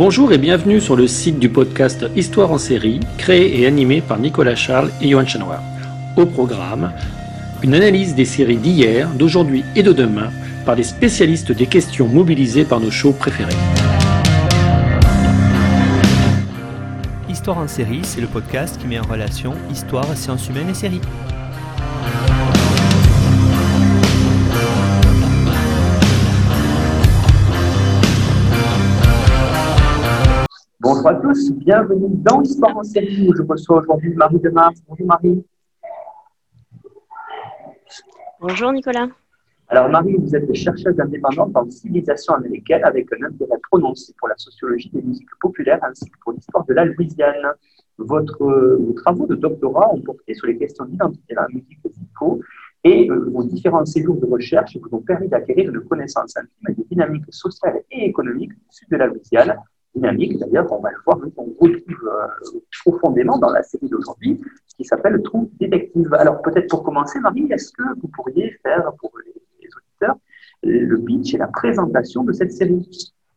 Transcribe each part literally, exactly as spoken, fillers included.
Bonjour et bienvenue sur le site du podcast Histoire en série, créé et animé par Nicolas Charles et Johan Chanoir. Au programme, une analyse des séries d'hier, d'aujourd'hui et de demain par des spécialistes des questions mobilisées par nos shows préférés. Histoire en série, c'est le podcast qui met en relation histoire, sciences humaines et séries. Bonjour à tous, bienvenue dans Histoire en série où je reçois aujourd'hui Marie de Mars. Bonjour Marie. Bonjour Nicolas. Alors Marie, vous êtes chercheuse indépendante en civilisation américaine avec un intérêt prononcé pour la sociologie des musiques populaires ainsi que pour l'histoire de la Louisiane. Votre, euh, vos travaux de doctorat ont porté sur les questions d'identité dans la musique disco et euh, vos différents séjours de recherche vous ont permis d'acquérir une connaissance intime des dynamiques sociales et économiques du sud de la Louisiane. Dynamique, d'ailleurs, on va le voir, on retrouve euh, profondément dans la série d'aujourd'hui, qui s'appelle True Detective. Alors, peut-être pour commencer, Marie, est-ce que vous pourriez faire pour les, les auditeurs le pitch et la présentation de cette série?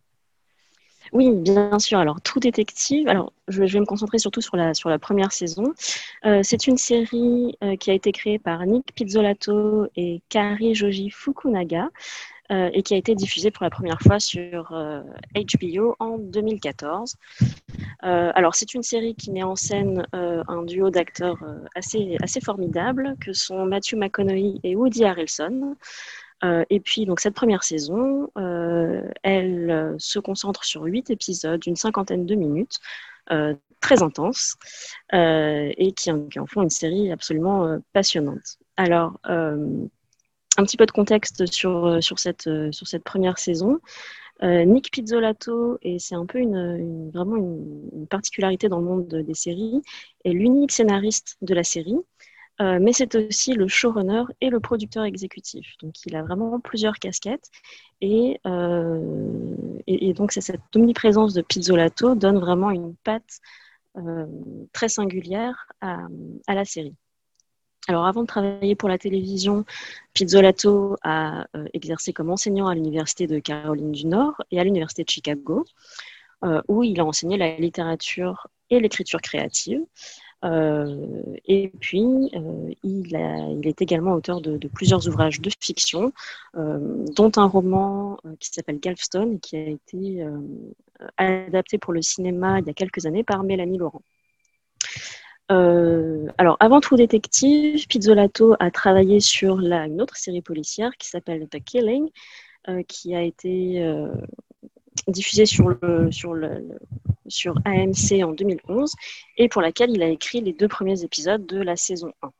Oui, bien sûr. Alors, True Detective, alors, je, je vais me concentrer surtout sur la, sur la première saison. Euh, c'est une série euh, qui a été créée par Nick Pizzolatto et Kari Joji Fukunaga. Euh, et qui a été diffusée pour la première fois sur euh, H B O en deux mille quatorze. Euh, alors, c'est une série qui met en scène euh, un duo d'acteurs euh, assez, assez formidables, que sont Matthew McConaughey et Woody Harrelson. Euh, et puis, donc, cette première saison, euh, elle euh, se concentre sur huit épisodes d'une cinquantaine de minutes, euh, très intenses, euh, et qui, qui en font une série absolument euh, passionnante. Alors, euh, un petit peu de contexte sur, sur, cette, sur cette première saison. Euh, Nick Pizzolatto, et c'est un peu une, une, vraiment une, une particularité dans le monde des séries, est l'unique scénariste de la série, euh, mais c'est aussi le showrunner et le producteur exécutif. Donc il a vraiment plusieurs casquettes, et, euh, et, et donc c'est cette omniprésence de Pizzolatto donne vraiment une patte euh, très singulière à, à la série. Alors, avant de travailler pour la télévision, Pizzolatto a euh, exercé comme enseignant à l'Université de Caroline du Nord et à l'Université de Chicago, euh, où il a enseigné la littérature et l'écriture créative. Euh, et puis, euh, il, a, il est également auteur de, de plusieurs ouvrages de fiction, euh, dont un roman euh, qui s'appelle Galveston, qui a été euh, adapté pour le cinéma il y a quelques années par Mélanie Laurent. Euh, alors, avant True Detective, Pizzolatto a travaillé sur la, une autre série policière qui s'appelle The Killing, euh, qui a été euh, diffusée sur, le, sur, le, le, sur A M C en deux mille onze et pour laquelle il a écrit les deux premiers épisodes de la saison un.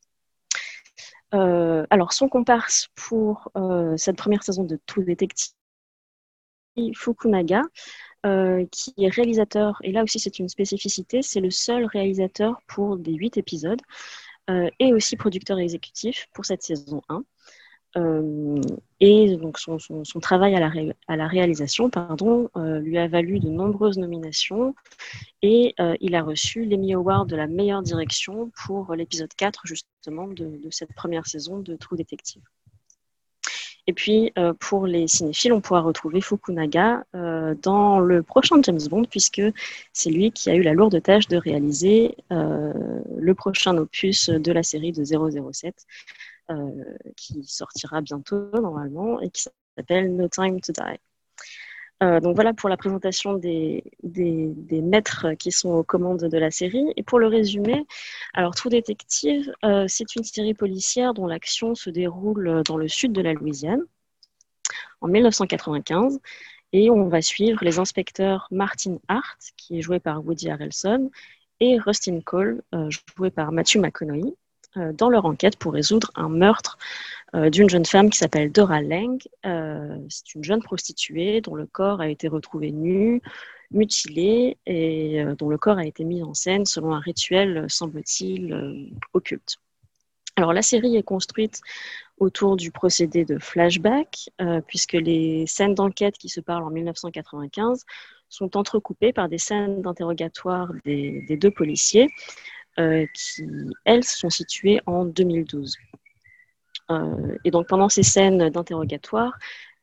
Euh, alors, son comparse pour euh, cette première saison de True Detective, Fukunaga, Euh, qui est réalisateur, et là aussi c'est une spécificité, c'est le seul réalisateur pour des huit épisodes euh, et aussi producteur exécutif pour cette saison un. Euh, et donc son, son, son travail à la, ré, à la réalisation pardon, euh, lui a valu de nombreuses nominations et euh, il a reçu l'Emmy Award de la meilleure direction pour l'épisode quatre justement de, de cette première saison de True Detective. Et puis, euh, pour les cinéphiles, on pourra retrouver Fukunaga euh, dans le prochain James Bond, puisque c'est lui qui a eu la lourde tâche de réaliser euh, le prochain opus de la série de zéro zéro sept, euh, qui sortira bientôt, normalement, et qui s'appelle No Time to Die. Euh, donc voilà pour la présentation des, des, des maîtres qui sont aux commandes de la série. Et pour le résumé, alors True Detective, euh, c'est une série policière dont l'action se déroule dans le sud de la Louisiane en dix-neuf cent quatre-vingt-quinze. Et on va suivre les inspecteurs Martin Hart, qui est joué par Woody Harrelson, et Rustin Cole, euh, joué par Matthew McConaughey, euh, dans leur enquête pour résoudre un meurtre euh, d'une jeune femme qui s'appelle Dora Lang. Euh, c'est une jeune prostituée dont le corps a été retrouvé nu, mutilé, et euh, dont le corps a été mis en scène selon un rituel, semble-t-il, euh, occulte. Alors la série est construite autour du procédé de flashback, euh, puisque les scènes d'enquête qui se parlent en dix-neuf cent quatre-vingt-quinze sont entrecoupées par des scènes d'interrogatoire des, des deux policiers, euh, qui, elles, sont situées en deux mille douze. Euh, et donc pendant ces scènes d'interrogatoire,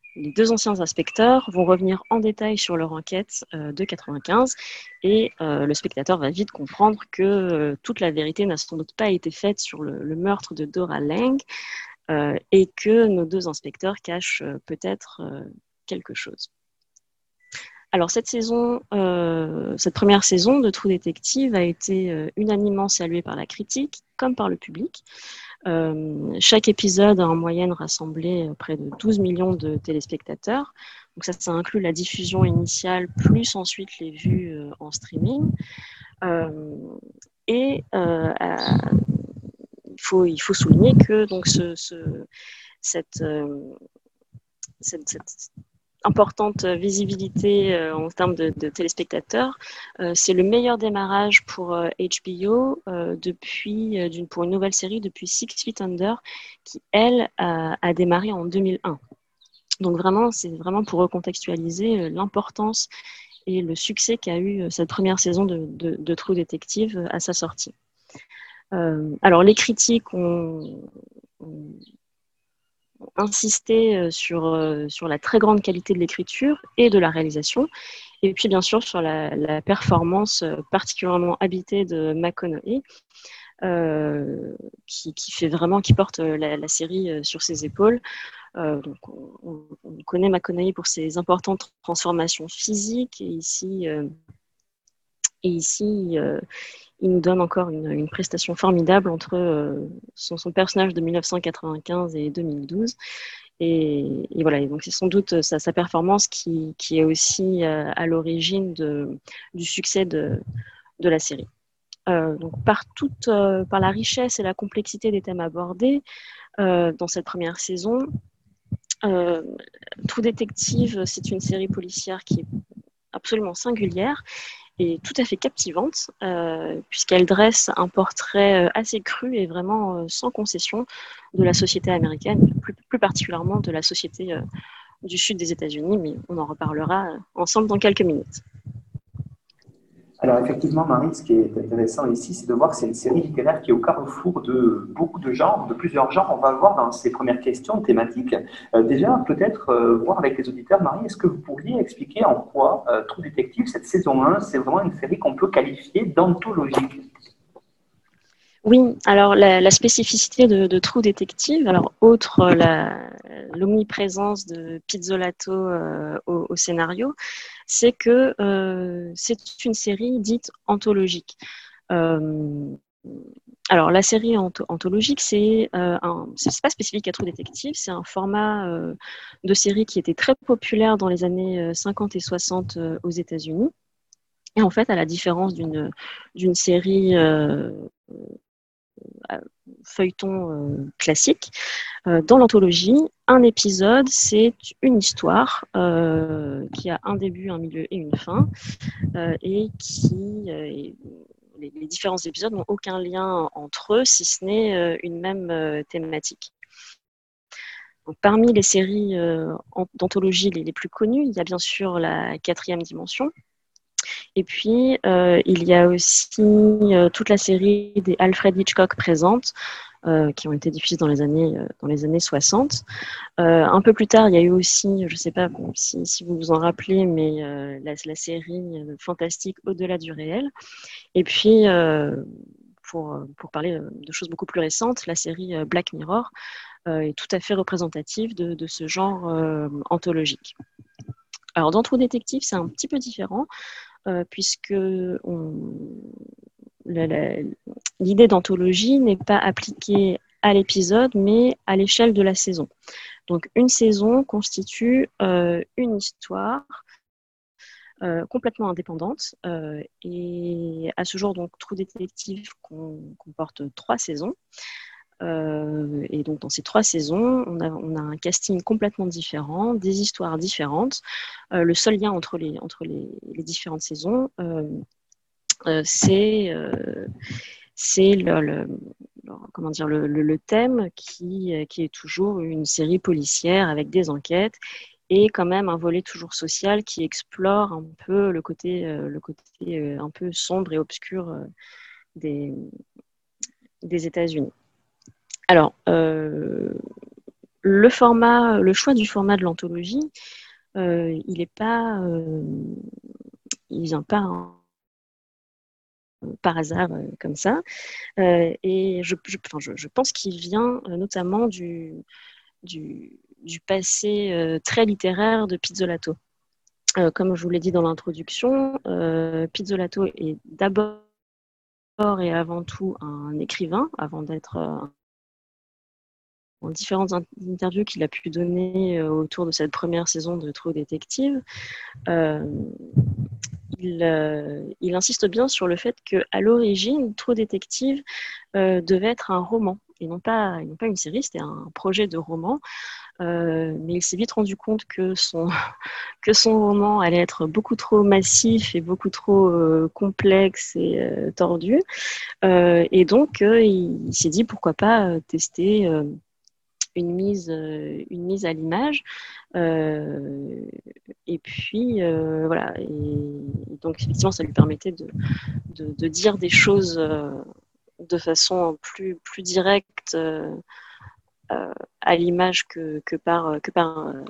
les deux anciens inspecteurs vont revenir en détail sur leur enquête euh, de quatre-vingt-quinze et euh, le spectateur va vite comprendre que euh, toute la vérité n'a sans doute pas été faite sur le, le meurtre de Dora Lang euh, et que nos deux inspecteurs cachent euh, peut-être euh, quelque chose. Alors cette saison, euh, cette première saison de True Detective a été euh, unanimement saluée par la critique comme par le public. Euh, chaque épisode a en moyenne rassemblé près de douze millions de téléspectateurs. Donc ça, ça inclut la diffusion initiale plus ensuite les vues euh, en streaming. Euh, et euh, à, il, faut, il faut souligner que donc ce, ce, cette, euh, cette, cette importante visibilité euh, en termes de, de téléspectateurs. Euh, c'est le meilleur démarrage pour euh, H B O euh, depuis, euh, d'une, pour une nouvelle série depuis Six Feet Under, qui, elle, a, a démarré en deux mille un. Donc vraiment, c'est vraiment pour recontextualiser euh, l'importance et le succès qu'a eu euh, cette première saison de, de, de True Detective euh, à sa sortie. Euh, alors, les critiques ont, ont insisté sur, sur la très grande qualité de l'écriture et de la réalisation, et puis bien sûr sur la, la performance particulièrement habitée de McConaughey, euh, qui, qui fait vraiment, qui porte la, la série sur ses épaules. Euh, donc on, on connaît McConaughey pour ses importantes transformations physiques, et ici, euh, et ici euh, il nous donne encore une, une prestation formidable entre euh, son, son personnage de mille neuf cent quatre-vingt-quinze et deux mille douze. Et, et voilà, et donc c'est sans doute sa, sa performance qui, qui est aussi euh, à l'origine de, du succès de, de la série. Euh, donc par, toute, euh, par la richesse et la complexité des thèmes abordés euh, dans cette première saison, euh, True Detective, c'est une série policière qui est absolument singulière et tout à fait captivante, euh, puisqu'elle dresse un portrait assez cru et vraiment euh, sans concession de la société américaine, plus, plus particulièrement de la société euh, du sud des États-Unis, mais on en reparlera ensemble dans quelques minutes. Alors effectivement, Marie, ce qui est intéressant ici, c'est de voir que c'est une série littéraire qui est au carrefour de beaucoup de genres, de plusieurs genres. On va voir dans ces premières questions thématiques. Euh, déjà, peut-être euh, voir avec les auditeurs, Marie, est-ce que vous pourriez expliquer en quoi euh, True Detective, cette saison un, c'est vraiment une série qu'on peut qualifier d'anthologique? Oui, alors la, la spécificité de, de True Detective, alors outre la, l'omniprésence de Pizzolato euh, au, au scénario, c'est que euh, c'est une série dite anthologique. Euh, alors la série anth- anthologique, c'est euh, un, c'est pas spécifique à True Detective, c'est un format euh, de série qui était très populaire dans les années cinquante et soixante euh, aux États-Unis. Et en fait, à la différence d'une d'une série euh, feuilleton euh, classique, euh, dans l'anthologie, un épisode, c'est une histoire euh, qui a un début, un milieu et une fin, euh, et qui euh, est, les, les différents épisodes n'ont aucun lien entre eux, si ce n'est euh, une même euh, thématique. Donc, parmi les séries euh, d'anthologie les, les plus connues, il y a bien sûr la quatrième dimension. Et puis, euh, il y a aussi euh, toute la série des Alfred Hitchcock présentes, euh, qui ont été diffusées dans les années, euh, dans les années soixante. Euh, un peu plus tard, il y a eu aussi, je ne sais pas bon, si, si vous vous en rappelez, mais euh, la, la série euh, fantastique Au-delà du réel. Et puis, euh, pour, pour parler de choses beaucoup plus récentes, la série Black Mirror euh, est tout à fait représentative de, de ce genre euh, anthologique. Alors, dans True Detective, c'est un petit peu différent, euh, puisque on, la, la, l'idée d'anthologie n'est pas appliquée à l'épisode, mais à l'échelle de la saison. Donc, une saison constitue euh, une histoire euh, complètement indépendante. Euh, et à ce jour, donc, True Detective comporte trois saisons. Euh, et donc, dans ces trois saisons, on a, on a un casting complètement différent, des histoires différentes. Euh, le seul lien entre les, entre les, les différentes saisons, euh, euh, c'est, euh, c'est le, le, le, comment dire, le, le, le thème qui, qui est toujours une série policière avec des enquêtes et quand même un volet toujours social qui explore un peu le côté, euh, le côté euh, un peu sombre et obscur euh, des, des États-Unis. Alors, euh, le format, le choix du format de l'anthologie, euh, il n'est pas, euh, il vient pas hein, par hasard euh, comme ça. Euh, et je, je, enfin, je, je pense qu'il vient euh, notamment du, du, du passé euh, très littéraire de Pizzolato. Euh, comme je vous l'ai dit dans l'introduction, euh, Pizzolato est d'abord et avant tout un écrivain, avant d'être euh, en différentes interviews qu'il a pu donner euh, autour de cette première saison de True Detective. Euh, il, euh, il insiste bien sur le fait qu'à l'origine, True Detective euh, devait être un roman et non pas, et non pas une série, c'était un projet de roman. Euh, mais il s'est vite rendu compte que son, que son roman allait être beaucoup trop massif et beaucoup trop euh, complexe et euh, tordu. Euh, et donc, euh, il, il s'est dit pourquoi pas euh, tester euh, une, mise, euh, une mise à l'image. Euh, et puis, euh, voilà. Et, et donc, effectivement, ça lui permettait de, de, de dire des choses euh, de façon plus, plus directe. Euh, euh, à l'image que, que par, que par, euh,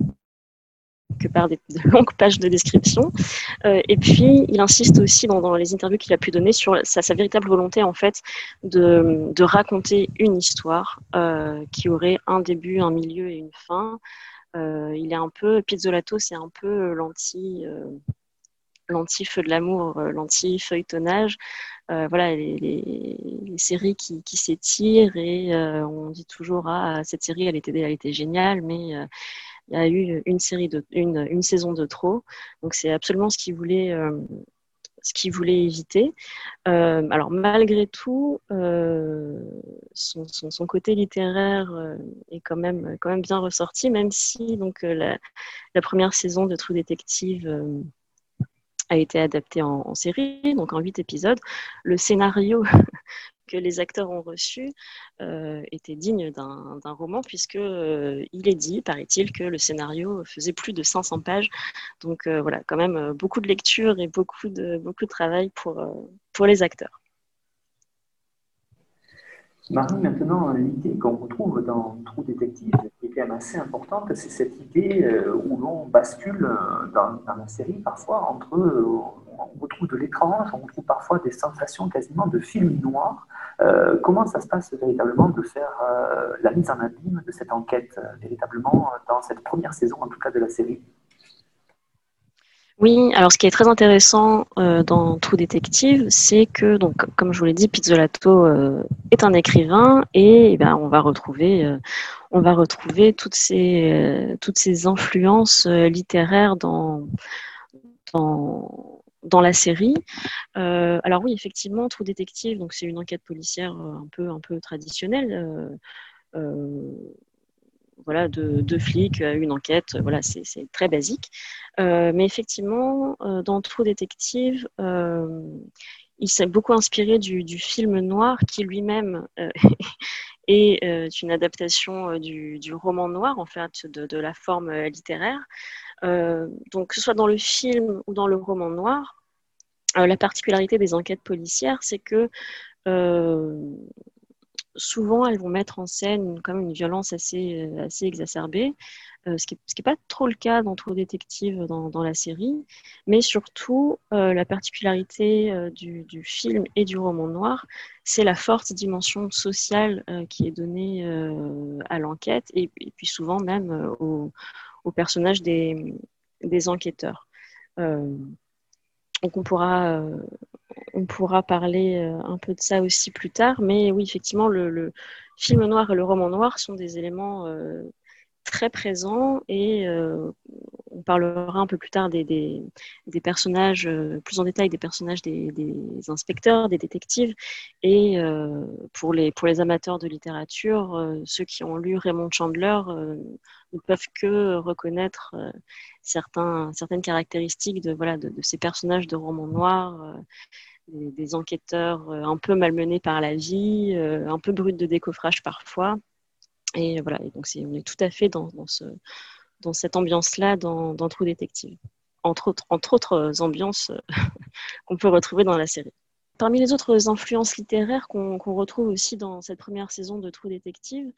que par des, de longues pages de description. Euh, et puis, il insiste aussi dans, dans les interviews qu'il a pu donner sur sa, sa véritable volonté, en fait, de, de raconter une histoire euh, qui aurait un début, un milieu et une fin. Euh, il est un peu, Pizzolato, c'est un peu l'anti... Euh, l'anti-feu de l'amour, euh, l'anti-feuilletonnage. Euh, voilà, les, les, les séries qui, qui s'étirent et euh, on dit toujours ah cette série elle était, elle était géniale, mais euh, il y a eu une série de une, une saison de trop. Donc c'est absolument ce qu'il voulait euh, ce qu'il voulait éviter. Euh, alors malgré tout, euh, son, son, son côté littéraire euh, est quand même quand même bien ressorti, même si donc euh, la, la première saison de True Detective euh, a été adapté en, en série, donc en huit épisodes. Le scénario que les acteurs ont reçu euh, était digne d'un, d'un roman, puisque euh, il est dit, paraît-il, que le scénario faisait plus de cinq cents pages. Donc euh, voilà, quand même euh, beaucoup de lecture et beaucoup de, beaucoup de travail pour, euh, pour les acteurs. Marie, maintenant, l'idée qu'on retrouve dans True Detective, qui est quand même assez importante, c'est cette idée euh, où l'on bascule euh, dans, dans la série parfois entre, euh, on retrouve de l'étrange, on retrouve parfois des sensations quasiment de film noir. Euh, comment ça se passe véritablement de faire euh, la mise en abîme de cette enquête, euh, véritablement, dans cette première saison, en tout cas, de la série? Oui, alors ce qui est très intéressant euh, dans True Detective, c'est que, donc, comme je vous l'ai dit, Pizzolato euh, est un écrivain et, eh ben, on va retrouver, euh, on va retrouver toutes ces, euh, toutes ces influences euh, littéraires dans, dans, dans la série. Euh, alors oui, effectivement, True Detective, donc c'est une enquête policière euh, un peu, un peu traditionnelle. Euh, euh, voilà, de deux flics à une enquête, voilà, c'est, c'est très basique. Euh, mais effectivement, euh, dans True Detective, euh, il s'est beaucoup inspiré du, du film noir qui lui-même euh, est euh, une adaptation euh, du, du roman noir, en fait, de, de la forme euh, littéraire. Euh, donc, que ce soit dans le film ou dans le roman noir, euh, la particularité des enquêtes policières, c'est que euh, souvent, elles vont mettre en scène comme une violence assez, assez exacerbée, euh, ce qui n'est pas trop le cas dans True Detective dans, dans la série, mais surtout, euh, la particularité euh, du, du film et du roman noir, c'est la forte dimension sociale euh, qui est donnée euh, à l'enquête et, et, puis souvent même euh, au, au personnage des, des enquêteurs. Euh, donc on pourra, euh, on pourra parler euh, un peu de ça aussi plus tard, mais oui, effectivement, le, le film noir et le roman noir sont des éléments euh, très présents et euh, on parlera un peu plus tard des, des, des personnages, euh, plus en détail des personnages des, des inspecteurs, des détectives. Et euh, pour, les, pour les amateurs de littérature, euh, ceux qui ont lu Raymond Chandler euh, ne peuvent que reconnaître euh, certains, certaines caractéristiques de, voilà, de, de ces personnages de romans noirs, euh, des, des enquêteurs euh, un peu malmenés par la vie, euh, un peu bruts de décoffrage parfois. Et voilà, et donc c'est, on est tout à fait dans, dans, ce, dans cette ambiance-là dans, dans True Detective. Entre autres, entre autres ambiances qu'on peut retrouver dans la série. Parmi les autres influences littéraires qu'on, qu'on retrouve aussi dans cette première saison de True Detective,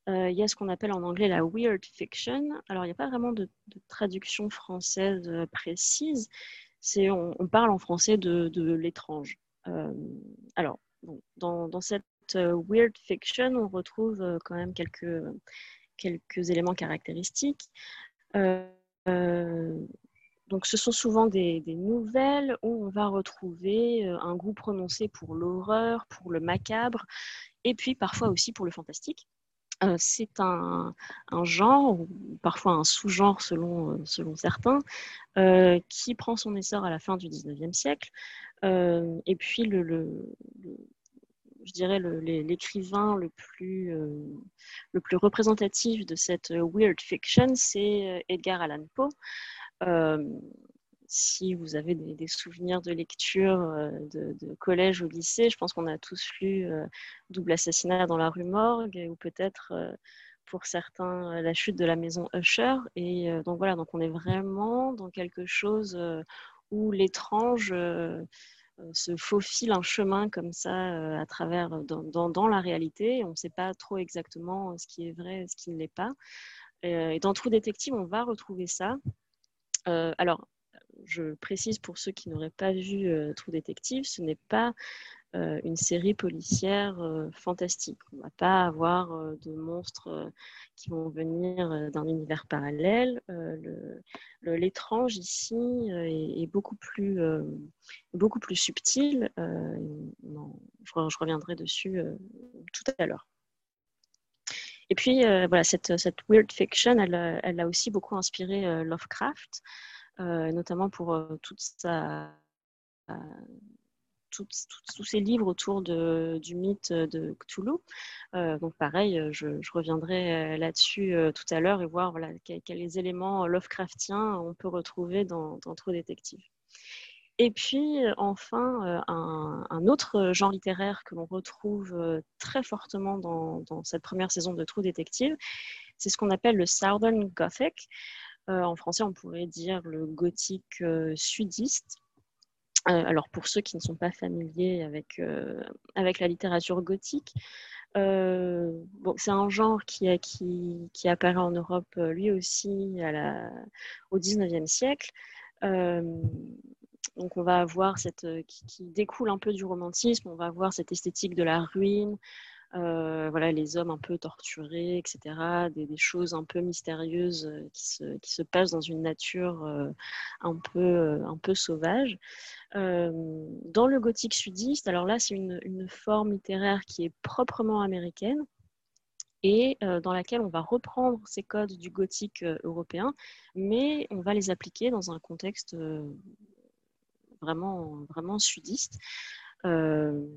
Euh, il y a ce qu'on appelle en anglais la weird fiction. Alors, il n'y a pas vraiment de, de traduction française euh, précise. C'est, on, on parle en français de, de l'étrange. Euh, alors, bon, dans, dans cette euh, weird fiction, on retrouve euh, quand même quelques, quelques éléments caractéristiques. Euh, euh, donc, ce sont souvent des, des nouvelles où on va retrouver euh, un goût prononcé pour l'horreur, pour le macabre, et puis parfois aussi pour le fantastique. Euh, c'est un, un genre, ou parfois un sous-genre selon, euh, selon certains, euh, qui prend son essor à la fin du dix-neuvième siècle. Euh, et puis, le, le, le, je dirais, le, l'écrivain le plus, euh, le plus représentatif de cette weird fiction, c'est Edgar Allan Poe. Euh, si vous avez des, des souvenirs de lecture euh, de, de, collège ou lycée, je pense qu'on a tous lu euh, Double assassinat dans la rue Morgue, ou peut-être euh, pour certains La chute de la maison Usher. Et euh, donc voilà, donc on est vraiment dans quelque chose euh, où l'étrange euh, se faufile un chemin comme ça euh, à travers dans, dans, dans la réalité. On ne sait pas trop exactement ce qui est vrai et ce qui ne l'est pas. Euh, et dans True Detective, on va retrouver ça. Euh, alors, je précise pour ceux qui n'auraient pas vu euh, True Detective, ce n'est pas euh, une série policière euh, fantastique. On ne va pas avoir euh, de monstres euh, qui vont venir euh, d'un univers parallèle. Euh, le, le, l'étrange ici euh, est, est beaucoup plus, euh, beaucoup plus subtil. Euh, non, je, je, reviendrai dessus euh, tout à l'heure. Et puis, euh, voilà, cette, cette weird fiction, elle, elle a aussi beaucoup inspiré euh, Lovecraft. Euh, notamment pour euh, toute sa, euh, tout, tout, tous ces livres autour de, du mythe de Cthulhu. Euh, donc pareil, je, je reviendrai là-dessus euh, tout à l'heure et voir voilà, quels, quels éléments Lovecraftiens on peut retrouver dans, dans True Detective. Et puis enfin, euh, un, un autre genre littéraire que l'on retrouve euh, très fortement dans, dans cette première saison de True Detective, c'est ce qu'on appelle le Southern Gothic. Euh, en français, on pourrait dire le gothique euh, sudiste. Euh, alors, pour ceux qui ne sont pas familiers avec, euh, avec la littérature gothique, euh, bon, c'est un genre qui, a, qui, qui apparaît en Europe euh, lui aussi à la, au dix-neuvième siècle. Euh, donc, on va avoir cette, qui, qui découle un peu du romantisme, on va avoir cette esthétique de la ruine, Euh, voilà, les hommes un peu torturés, et cetera, des, des choses un peu mystérieuses euh, qui, se, qui se passent dans une nature euh, un, peu, euh, un peu sauvage. Euh, dans le gothique sudiste, alors là, c'est une, une forme littéraire qui est proprement américaine et euh, dans laquelle on va reprendre ces codes du gothique euh, européen, mais on va les appliquer dans un contexte euh, vraiment, vraiment sudiste. Euh,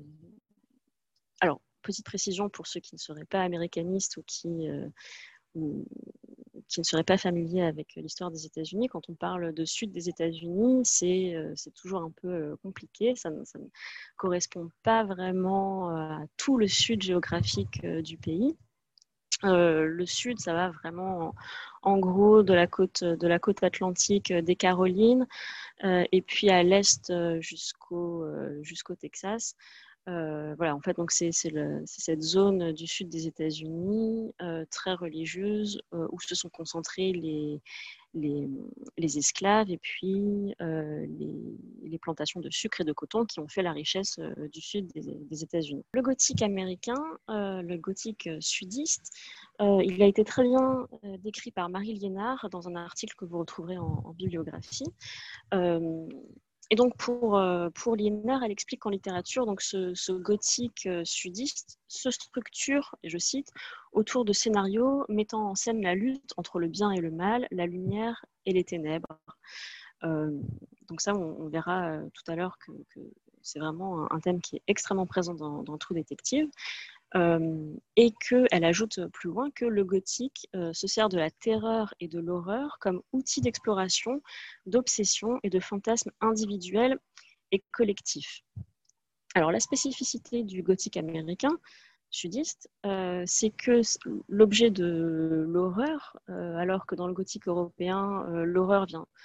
alors, petite précision pour ceux qui ne seraient pas américanistes ou qui, euh, ou, qui ne seraient pas familiers avec l'histoire des États-Unis, quand on parle de sud des États-Unis, c'est, euh, c'est toujours un peu euh, compliqué. Ça, ça ne correspond pas vraiment à tout le sud géographique euh, du pays. Euh, le sud, ça va vraiment en, en gros de la côte, de la côte atlantique des Carolines euh, et puis à l'est euh, jusqu'au, euh, jusqu'au Texas. Euh, voilà, en fait, donc c'est, c'est, le, c'est cette zone du sud des États-Unis euh, très religieuse euh, où se sont concentrés les, les, les esclaves et puis euh, les, les plantations de sucre et de coton qui ont fait la richesse euh, du sud des, des États-Unis. Le gothique américain, euh, le gothique sudiste, euh, il a été très bien euh, décrit par Marie Liénard dans un article que vous retrouverez en, en bibliographie. Euh, Et donc, pour, pour Liénard, elle explique qu'en littérature, donc ce, ce gothique sudiste se structure, et je cite, autour de scénarios mettant en scène la lutte entre le bien et le mal, la lumière et les ténèbres. Euh, donc ça, on, on verra euh, tout à l'heure que, que c'est vraiment un, un thème qui est extrêmement présent dans, dans True Detective. Euh, et qu'elle ajoute plus loin que le gothique euh, se sert de la terreur et de l'horreur comme outil d'exploration, d'obsession et de fantasmes individuels et collectifs. Alors la spécificité du gothique américain sudiste, euh, c'est que l'objet de l'horreur, euh, alors que dans le gothique européen, euh, l'horreur vient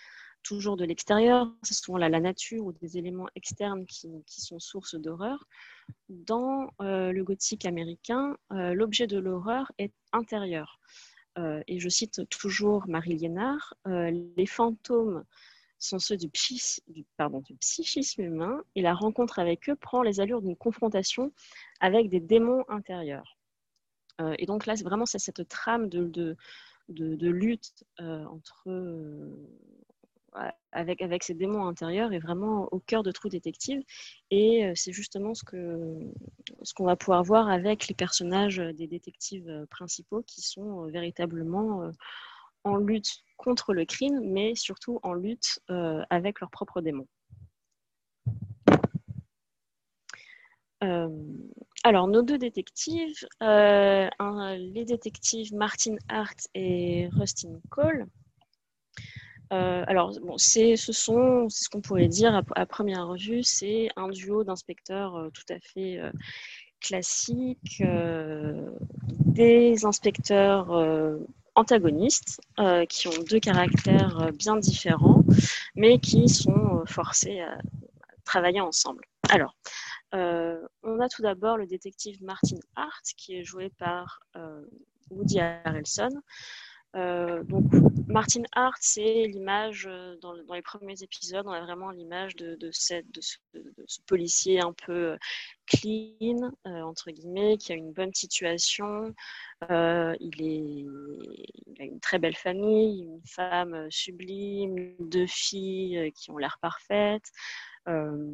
toujours de l'extérieur, c'est souvent la, la nature ou des éléments externes qui, qui sont source d'horreur. Dans euh, le gothique américain, euh, l'objet de l'horreur est intérieur. Euh, et je cite toujours Marie Liénard, euh, les fantômes sont ceux du, psy, du, pardon, du psychisme humain, et la rencontre avec eux prend les allures d'une confrontation avec des démons intérieurs. Euh, et donc là, c'est vraiment c'est cette trame de, de, de, de lutte euh, entre, euh, avec, avec ces démons intérieurs est vraiment au cœur de True Detective. Et euh, c'est justement ce, que, ce qu'on va pouvoir voir avec les personnages des détectives principaux qui sont euh, véritablement euh, en lutte contre le crime, mais surtout en lutte euh, avec leurs propres démons. Euh, alors, nos deux détectives, euh, un, les détectives Martin Hart et Rustin Cole. Euh, alors, bon, c'est, ce sont, c'est ce qu'on pourrait dire à, à première vue, c'est un duo d'inspecteurs euh, tout à fait euh, classique, euh, des inspecteurs euh, antagonistes euh, qui ont deux caractères euh, bien différents, mais qui sont euh, forcés à travailler ensemble. Alors, euh, on a tout d'abord le détective Martin Hart, qui est joué par euh, Woody Harrelson. Euh, donc, Martin Hart, c'est l'image, euh, dans, dans les premiers épisodes, on a vraiment l'image de, de, cette, de, ce, de ce policier un peu clean, euh, entre guillemets, qui a une bonne situation. Euh, il, est, il a une très belle famille, une femme sublime, deux filles qui ont l'air parfaites. Euh,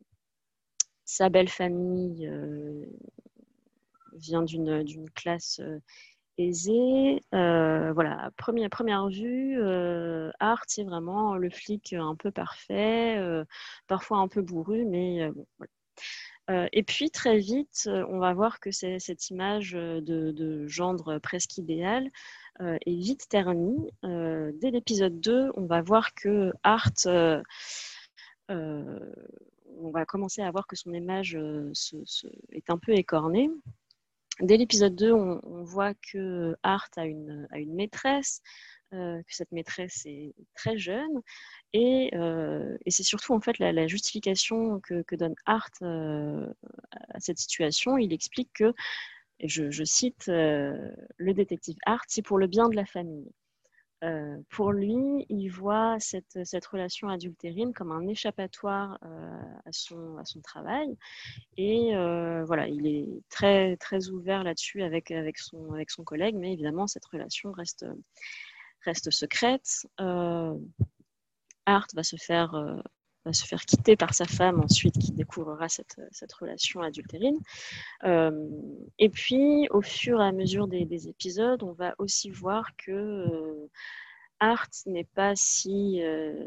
sa belle famille euh, vient d'une, d'une classe euh, aisée. Euh, voilà, à première, première vue, euh, Art, c'est vraiment le flic un peu parfait, euh, parfois un peu bourru, mais euh, bon, voilà. Euh, et puis très vite, on va voir que c'est, cette image de, de gendre presque idéal euh, est vite ternie. Euh, dès l'épisode deux, on va voir que Art... Euh, euh, on va commencer à voir que son image euh, se, se, est un peu écornée. Dès l'épisode deux, on, on voit que Art a une, a une maîtresse, euh, que cette maîtresse est très jeune, et, euh, et c'est surtout en fait la, la justification que, que donne Art euh, à cette situation. Il explique que, je, je cite euh, le détective Art, c'est pour le bien de la famille. Euh, pour lui, il voit cette, cette relation adultérine comme un échappatoire euh, à, son, à son travail. Et euh, voilà, il est très, très ouvert là-dessus avec, avec, son, avec son collègue, mais évidemment, cette relation reste, reste secrète. Euh, Art va se faire... Euh, va se faire quitter par sa femme ensuite qui découvrira cette, cette relation adultérine. Euh, et puis, au fur et à mesure des, des épisodes, on va aussi voir que euh, Art n'est pas si euh,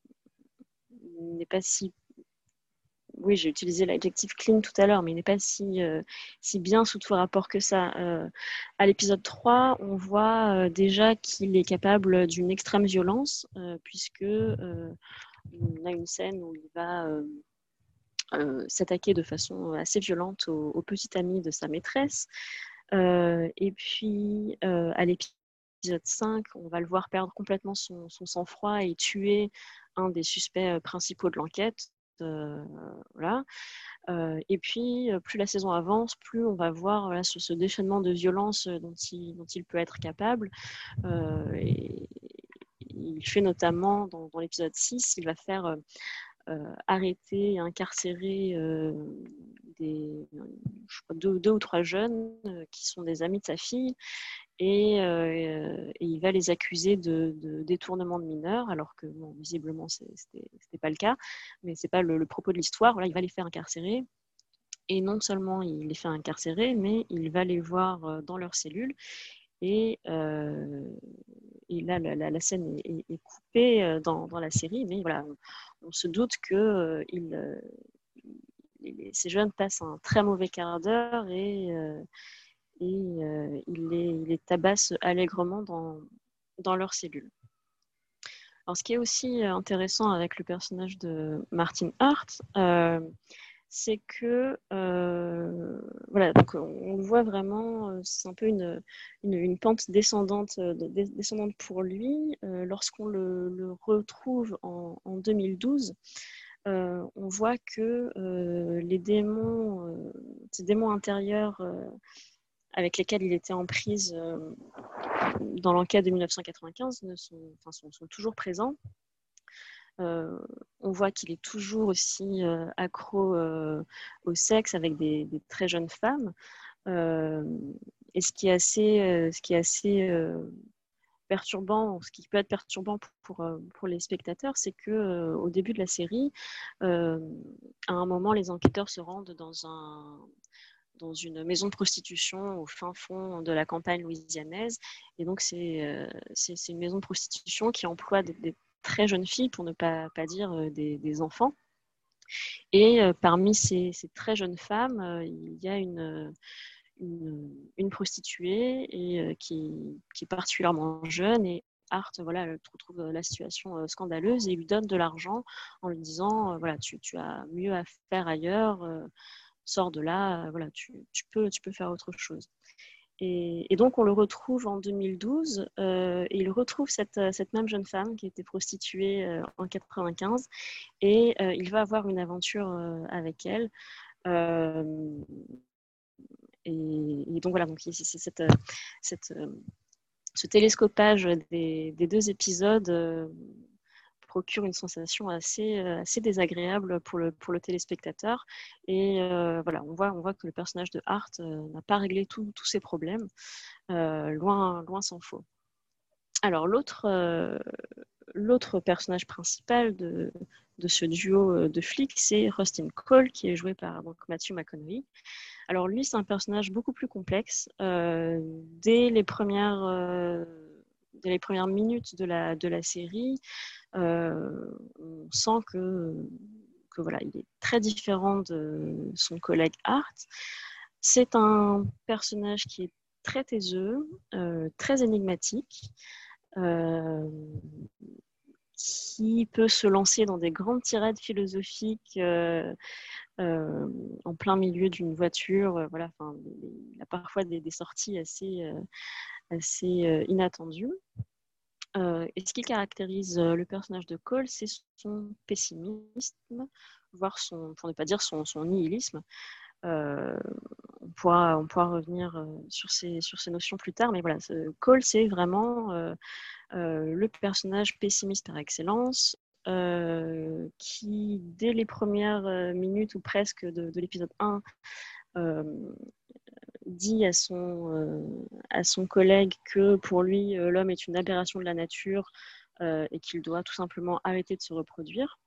n'est pas si oui, j'ai utilisé l'adjectif clean tout à l'heure, mais il n'est pas si, euh, si bien sous tout rapport que ça. Euh, à l'épisode trois, on voit euh, déjà qu'il est capable d'une extrême violence, euh, puisque euh, on a une scène où il va euh, euh, s'attaquer de façon assez violente au, au petit ami de sa maîtresse. Euh, et puis, euh, à l'épisode cinq, on va le voir perdre complètement son, son sang-froid et tuer un des suspects principaux de l'enquête. Euh, voilà. Euh, et puis, plus la saison avance, plus on va voir voilà, ce, ce déchaînement de violence dont il, dont il peut être capable. Euh, et il fait notamment, dans, dans l'épisode six, il va faire euh, arrêter et incarcérer euh, des, je crois, deux, deux ou trois jeunes euh, qui sont des amis de sa fille. Et, euh, et il va les accuser de, de détournement de mineurs, alors que bon, visiblement ce n'était pas le cas, mais ce n'est pas le, le propos de l'histoire. Voilà, il va les faire incarcérer, et non seulement il les fait incarcérer, mais il va les voir dans leurs cellules, et, euh, et là la, la, la scène est, est, est coupée dans, dans la série, mais voilà, on, on se doute que euh, il, euh, les, ces jeunes passent un très mauvais quart d'heure, et euh, et euh, il, les, il les tabasse allègrement dans, dans leurs cellules. Alors, ce qui est aussi intéressant avec le personnage de Martin Hart, euh, c'est que, euh, voilà, donc on, on le voit vraiment, euh, c'est un peu une, une, une pente descendante, euh, de- descendante pour lui. Euh, lorsqu'on le, le retrouve en, en deux mille douze, euh, on voit que euh, les démons, euh, ces démons intérieurs euh, avec lesquels il était en prise euh, dans l'enquête de mille neuf cent quatre-vingt-quinze ne sont, enfin, sont, sont toujours présents. Euh, on voit qu'il est toujours aussi euh, accro euh, au sexe avec des, des très jeunes femmes. Euh, et ce qui est assez, euh, ce qui est assez euh, perturbant, ce qui peut être perturbant pour, pour, euh, pour les spectateurs, c'est que euh, au début de la série, euh, à un moment, les enquêteurs se rendent dans un dans une maison de prostitution au fin fond de la campagne louisianaise. Et donc, c'est euh, c'est, c'est une maison de prostitution qui emploie des, des très jeunes filles, pour ne pas, pas dire euh, des, des enfants. Et euh, parmi ces, ces très jeunes femmes, euh, il y a une, une, une prostituée et, euh, qui, qui est particulièrement jeune. Et Art, voilà, elle trouve la situation euh, scandaleuse et lui donne de l'argent en lui disant euh, voilà, tu, tu as mieux à faire ailleurs, euh, sors de là, euh, voilà, tu, tu, peux, tu peux faire autre chose. Et, et donc, on le retrouve en deux mille douze, euh, et il retrouve cette, cette même jeune femme qui était prostituée euh, en quatre-vingt-quinze, et euh, il va avoir une aventure euh, avec elle. Euh, et, et donc, voilà, donc, c'est, c'est cette, cette, ce télescopage des, des deux épisodes euh, procure une sensation assez, assez désagréable pour le, pour le téléspectateur. Et euh, voilà, on voit, on voit que le personnage de Art euh, n'a pas réglé tous ses problèmes, euh, loin, loin s'en faut. Alors, l'autre, euh, l'autre personnage principal de, de ce duo de flics, c'est Rustin Cole, qui est joué par donc, Matthew McConaughey. Alors, lui, c'est un personnage beaucoup plus complexe. Euh, dès les premières... Euh, dès les premières minutes de la, de la série, euh, on sent que, que voilà, il est très différent de son collègue Art. C'est un personnage qui est très taiseux, euh, très énigmatique, euh, qui peut se lancer dans des grandes tirades philosophiques euh, euh, en plein milieu d'une voiture. Euh, voilà, enfin, il a parfois des, des sorties assez, euh, assez euh, inattendues. Euh, et ce qui caractérise euh, le personnage de Cole, c'est son pessimisme, voire son, pour ne pas dire son, son nihilisme. Euh, on, pourra, on pourra revenir euh, sur, ces, sur ces notions plus tard, mais voilà, ce, Cole, c'est vraiment euh, euh, le personnage pessimiste par excellence, euh, qui, dès les premières euh, minutes ou presque de, de l'épisode un, euh, dit à son, euh, à son collègue que pour lui, euh, l'homme est une aberration de la nature euh, et qu'il doit tout simplement arrêter de se reproduire.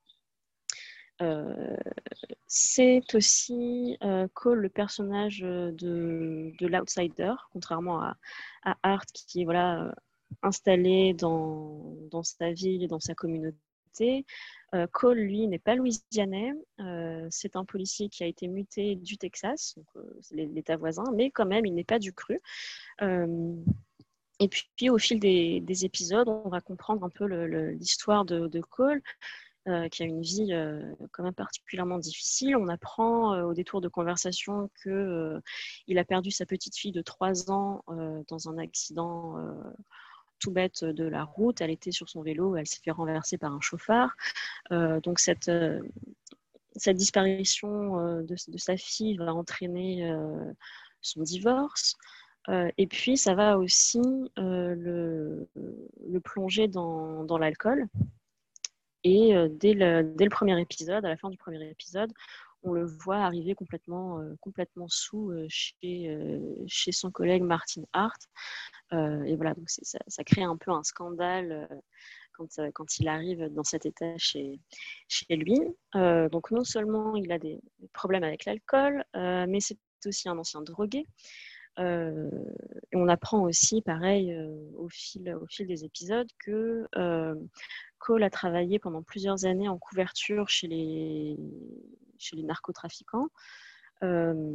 Euh, c'est aussi euh, Cole, le personnage de, de l'outsider, contrairement à, à Art, qui est voilà, installé dans, dans sa ville et dans sa communauté. Euh, Cole, lui, n'est pas louisianais. Euh, c'est un policier qui a été muté du Texas, donc, euh, c'est l'État voisin, mais quand même, il n'est pas du cru. Euh, et puis, puis, au fil des, des, épisodes, on va comprendre un peu le, le, l'histoire de, de Cole, euh, qui a une vie euh, quand même particulièrement difficile. On apprend euh, au détour de conversation qu'il euh, a perdu sa petite fille de trois ans euh, dans un accident euh, tout bête de la route. Elle était sur son vélo, elle s'est fait renverser par un chauffard. Euh, donc cette, euh, cette disparition euh, de, de sa fille va entraîner euh, son divorce. Euh, et puis ça va aussi euh, le, le plonger dans, dans l'alcool. Et euh, dès, le, dès le premier épisode, à la fin du premier épisode, on le voit arriver complètement, euh, complètement sous euh, chez, euh, chez son collègue Martin Hart. Euh, et voilà, donc c'est, ça, ça crée un peu un scandale euh, quand, euh, quand il arrive dans cet état chez, chez lui. Euh, donc non seulement il a des, des problèmes avec l'alcool, euh, mais c'est aussi un ancien drogué. Euh, et on apprend aussi, pareil, euh, au, fil, au fil des épisodes, que euh, Cole a travaillé pendant plusieurs années en couverture chez les, chez les narcotrafiquants. Euh,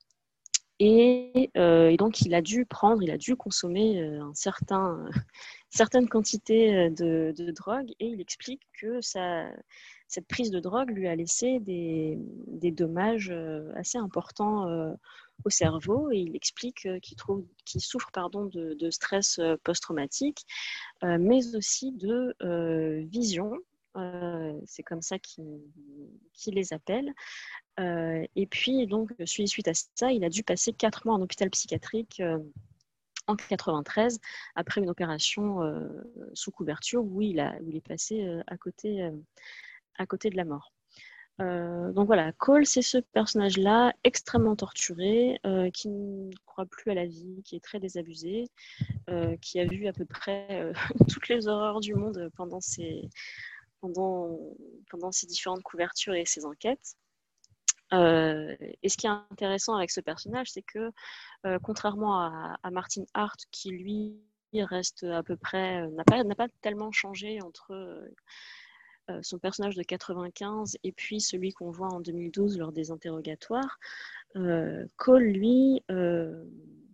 et, euh, et donc, il a dû prendre, il a dû consommer euh, un certain, certaines quantités de, de drogue, et il explique que ça, cette prise de drogue lui a laissé des, des dommages euh, assez importants euh, au cerveau et il explique euh, qu'il, trouve, qu'il souffre pardon, de, de stress euh, post-traumatique, euh, mais aussi de euh, vision. Euh, c'est comme ça qu'il, qu'il les appelle. Euh, et puis, donc, suite à ça, il a dû passer quatre mois en hôpital psychiatrique euh, en quatre-vingt-treize, après une opération euh, sous couverture où il, a, où il est passé euh, à, côté, euh, à côté de la mort. Euh, donc voilà, Cole, c'est ce personnage-là extrêmement torturé, euh, qui ne croit plus à la vie, qui est très désabusé, euh, qui a vu à peu près euh, toutes les horreurs du monde pendant ses, pendant, pendant ses différentes couvertures et ses enquêtes. Euh, et ce qui est intéressant avec ce personnage, c'est que euh, contrairement à, à Martin Hart, qui lui reste à peu près, euh, n'a pas, n'a pas tellement changé entre euh, son personnage de quatre-vingt-quinze et puis celui qu'on voit en deux mille douze lors des interrogatoires, euh, Cole, lui, euh,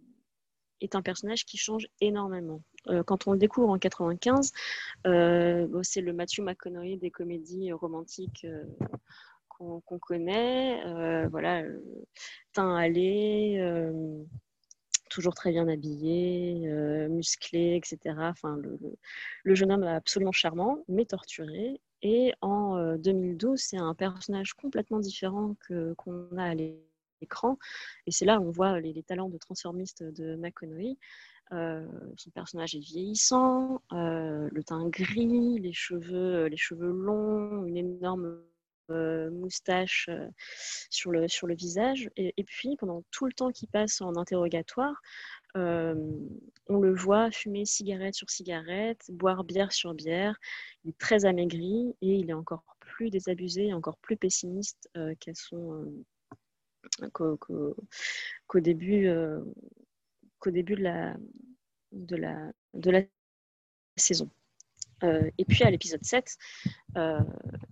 est un personnage qui change énormément. Euh, quand on le découvre en quatre-vingt-quinze, euh, bon, c'est le Matthew McConaughey des comédies romantiques euh, qu'on, qu'on connaît, euh, voilà, euh, teint hâlé, euh, toujours très bien habillé, euh, musclé, et cetera. Enfin, le, le, le jeune homme est absolument charmant, mais torturé. Et en euh, deux mille douze, c'est un personnage complètement différent que, qu'on a à l'écran. Et c'est là où on voit les, les talents de transformiste de McConaughey. Euh, son personnage est vieillissant, euh, le teint gris, les cheveux, les cheveux longs, une énorme euh, moustache euh, sur, le, sur le visage. Et, et puis, pendant tout le temps qu'il passe en interrogatoire, euh, on le voit fumer cigarette sur cigarette, boire bière sur bière. Il est très amaigri et il est encore plus désabusé, encore plus pessimiste euh, qu'à son, euh, qu'au, qu'au, qu'au début, euh, qu'au début de la, de la, de la saison. Euh, et puis à l'épisode sept, euh,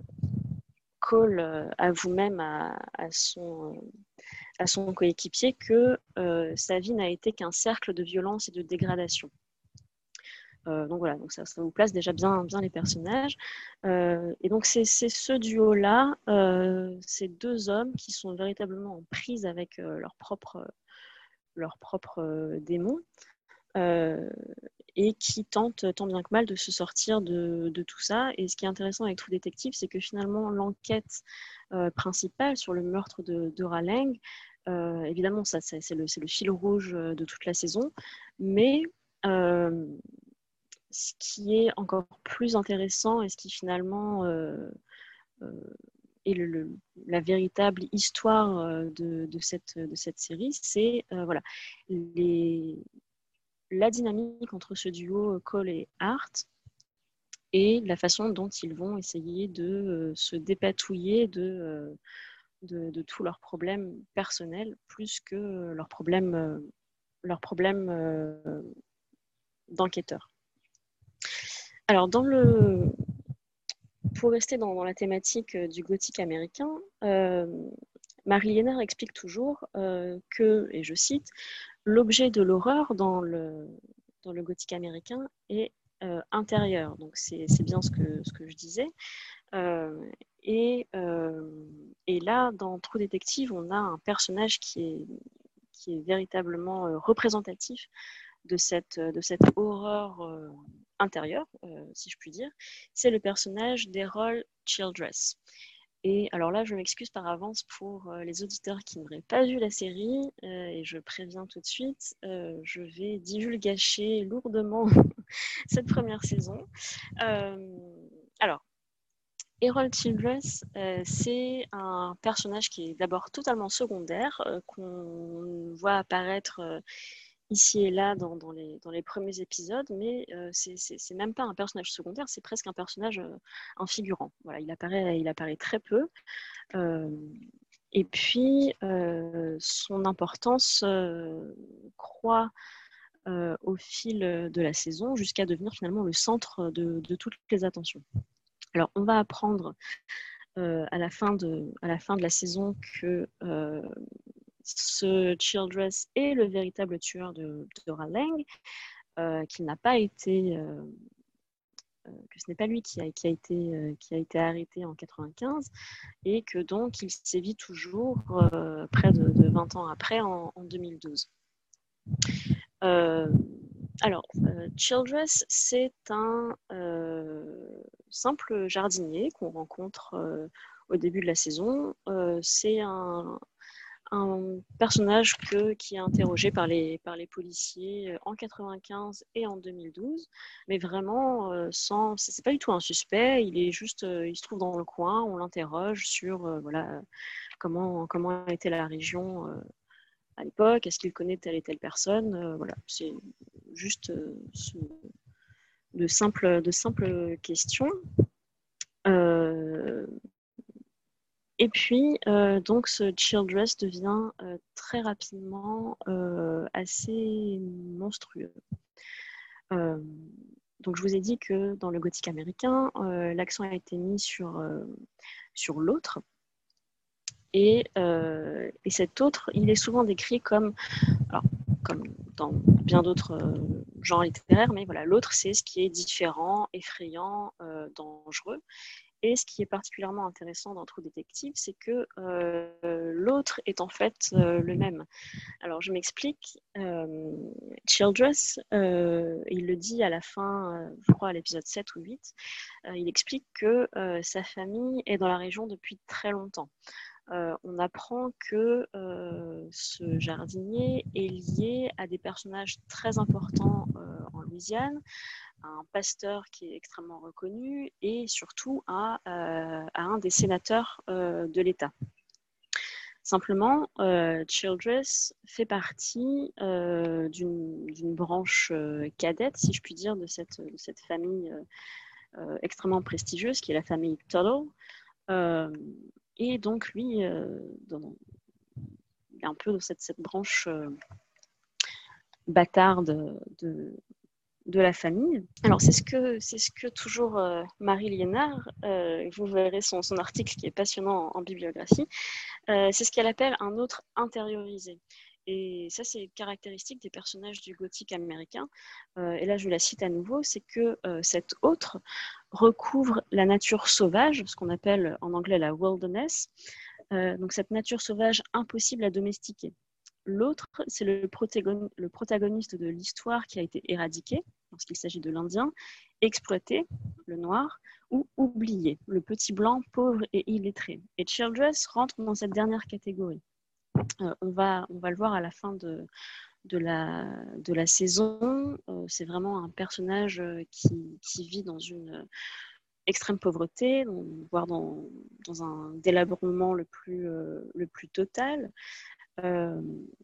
Cole euh, avoue même à, à, son, euh, à son coéquipier que euh, sa vie n'a été qu'un cercle de violence et de dégradation. Euh, donc voilà, donc ça, ça vous place déjà bien, bien les personnages. Euh, et donc c'est, c'est ce duo-là, euh, ces deux hommes qui sont véritablement en prise avec euh, leurs propres leur propre, euh, démons. Euh, et qui tente tant bien que mal de se sortir de, de tout ça. Et ce qui est intéressant avec True Detective, c'est que finalement, l'enquête euh, principale sur le meurtre de, de Raleng, euh, évidemment, ça, ça, c'est, le, c'est le fil rouge de toute la saison, mais euh, ce qui est encore plus intéressant et ce qui finalement euh, euh, est le, le, la véritable histoire de, de, cette, de cette série, c'est euh, voilà, les la dynamique entre ce duo Cole et Hart et la façon dont ils vont essayer de euh, se dépatouiller de, euh, de, de tous leurs problèmes personnels plus que leurs problèmes, euh, leurs problèmes euh, d'enquêteurs. Alors, dans le... pour rester dans, dans la thématique du gothique américain, euh, Mary Liénard explique toujours euh, que, et je cite, l'objet de l'horreur dans le, dans le gothique américain est euh, intérieur. Donc c'est, c'est bien ce que, ce que je disais. Euh, et, euh, et là, dans True Detective, on a un personnage qui est, qui est véritablement euh, représentatif de cette, de cette horreur euh, intérieure, euh, si je puis dire. C'est le personnage d'Errol Childress. Et alors là, je m'excuse par avance pour euh, les auditeurs qui n'auraient pas vu la série, euh, et je préviens tout de suite, euh, je vais divulgacher lourdement cette première saison. Euh, alors, Errol Childress, euh, c'est un personnage qui est d'abord totalement secondaire, euh, qu'on voit apparaître euh, ici et là dans, dans, les, dans les premiers épisodes, mais euh, c'est, c'est, c'est même pas un personnage secondaire, c'est presque un personnage, euh, un figurant. Voilà, il apparaît, il apparaît très peu. Euh, et puis, euh, son importance euh, croît euh, au fil de la saison jusqu'à devenir finalement le centre de, de toutes les attentions. Alors, on va apprendre euh, à, la fin de, à la fin de la saison que euh, ce Childress est le véritable tueur de, de Raleng, euh, qu'il n'a pas été euh, que ce n'est pas lui qui a, qui a été, euh, qui a été arrêté en quatre-vingt-quinze et que donc il sévit toujours euh, près de, de vingt ans après, en, en deux mille douze. Euh, alors, euh, Childress, c'est un euh, simple jardinier qu'on rencontre euh, au début de la saison. Euh, c'est un, un personnage que, qui est interrogé par les, par les policiers en quatre-vingt-quinze et en deux mille douze, mais vraiment euh, sans, c'est pas du tout un suspect. Il est juste, euh, il se trouve dans le coin, on l'interroge sur euh, voilà comment comment était la région. Euh, à l'époque, est-ce qu'il connaît telle et telle personne, euh, voilà, c'est juste euh, ce, de, simples, de simples questions. Euh, et puis, euh, donc, ce Childress devient euh, très rapidement euh, assez monstrueux. Euh, donc, je vous ai dit que dans le gothique américain, euh, l'accent a été mis sur, euh, sur l'autre. Et, euh, et cet autre, il est souvent décrit comme, alors, comme dans bien d'autres euh, genres littéraires, mais voilà, l'autre, c'est ce qui est différent, effrayant, euh, dangereux. Et ce qui est particulièrement intéressant dans True Detective, c'est que euh, l'autre est en fait euh, le même. Alors, je m'explique. Euh, Childress, euh, il le dit à la fin, euh, je crois à l'épisode sept ou huit, euh, il explique que euh, sa famille est dans la région depuis très longtemps. Euh, on apprend que euh, ce jardinier est lié à des personnages très importants euh, en Louisiane, à un pasteur qui est extrêmement reconnu et surtout à, euh, à un des sénateurs euh, de l'État. Simplement, euh, Childress fait partie euh, d'une, d'une branche euh, cadette, si je puis dire, de cette, de cette famille euh, extrêmement prestigieuse qui est la famille Tuttle. Euh, et donc, lui, euh, dans, il est un peu dans cette, cette branche euh, bâtarde de, de la famille. Alors, c'est ce que, c'est ce que toujours euh, Marie Liénard, euh, vous verrez son, son article qui est passionnant en, en bibliographie, euh, c'est ce qu'elle appelle un autre intériorisé. Et ça, c'est caractéristique des personnages du gothique américain. Euh, et là, je la cite à nouveau, c'est que euh, cet autre recouvre la nature sauvage, ce qu'on appelle en anglais la wilderness, euh, donc cette nature sauvage impossible à domestiquer. L'autre, c'est le, protagon- le protagoniste de l'histoire qui a été éradiqué, lorsqu'il s'agit de l'Indien, exploité, le noir, ou oublié, le petit blanc pauvre et illettré. Et Childress rentre dans cette dernière catégorie. Euh, on, va, on va le voir à la fin de, de, la, de la saison. Euh, c'est vraiment un personnage qui, qui vit dans une extrême pauvreté, voire dans, dans un délabrement le plus, euh, le plus total. Euh,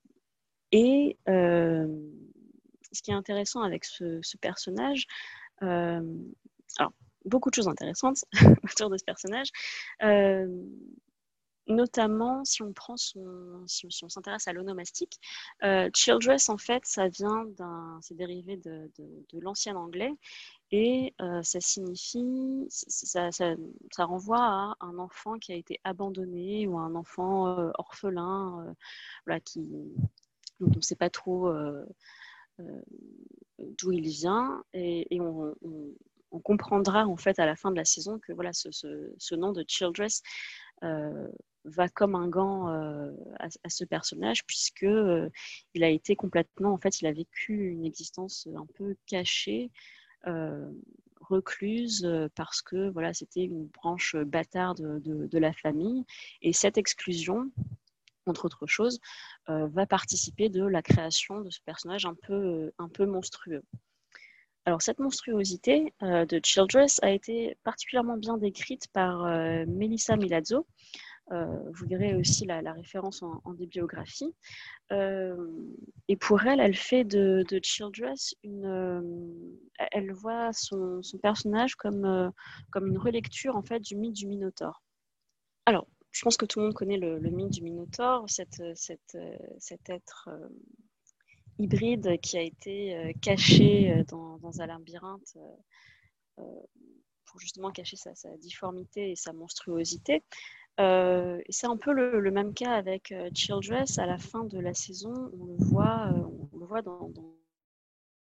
et euh, ce qui est intéressant avec ce, ce personnage, euh, alors beaucoup de choses intéressantes autour de ce personnage, euh, notamment si on prend son, si, si on s'intéresse à l'onomastique, euh, Childress en fait ça vient d'un, c'est dérivé de, de, de l'ancien anglais et euh, ça signifie, ça, ça, ça renvoie à un enfant qui a été abandonné ou à un enfant euh, orphelin, euh, voilà, qui, dont on ne sait pas trop euh, euh, d'où il vient et, et on, on, on, comprendra en fait à la fin de la saison que voilà, ce, ce, ce nom de Childress euh, va comme un gant euh, à, à ce personnage puisque euh, il a été complètement, en fait, il a vécu une existence un peu cachée, euh, recluse euh, parce que voilà, c'était une branche bâtarde de, de, de la famille et cette exclusion, entre autres choses, euh, va participer de la création de ce personnage un peu, un peu monstrueux. Alors, cette monstruosité euh, de Childress a été particulièrement bien décrite par euh, Melissa Milazzo. Euh, vous verrez aussi la, la référence en, en bibliographie. Euh, et pour elle, elle fait de, de Childress une. Euh, elle voit son, son personnage comme, euh, comme une relecture en fait, du mythe du Minotaure. Alors, je pense que tout le monde connaît le, le mythe du Minotaure, cette, cette, cet être euh, hybride qui a été euh, caché dans, dans un labyrinthe euh, pour justement cacher sa, sa difformité et sa monstruosité. Euh, et c'est un peu le, le même cas avec euh, Childress. À la fin de la saison, on le voit, euh, on le voit dans, dans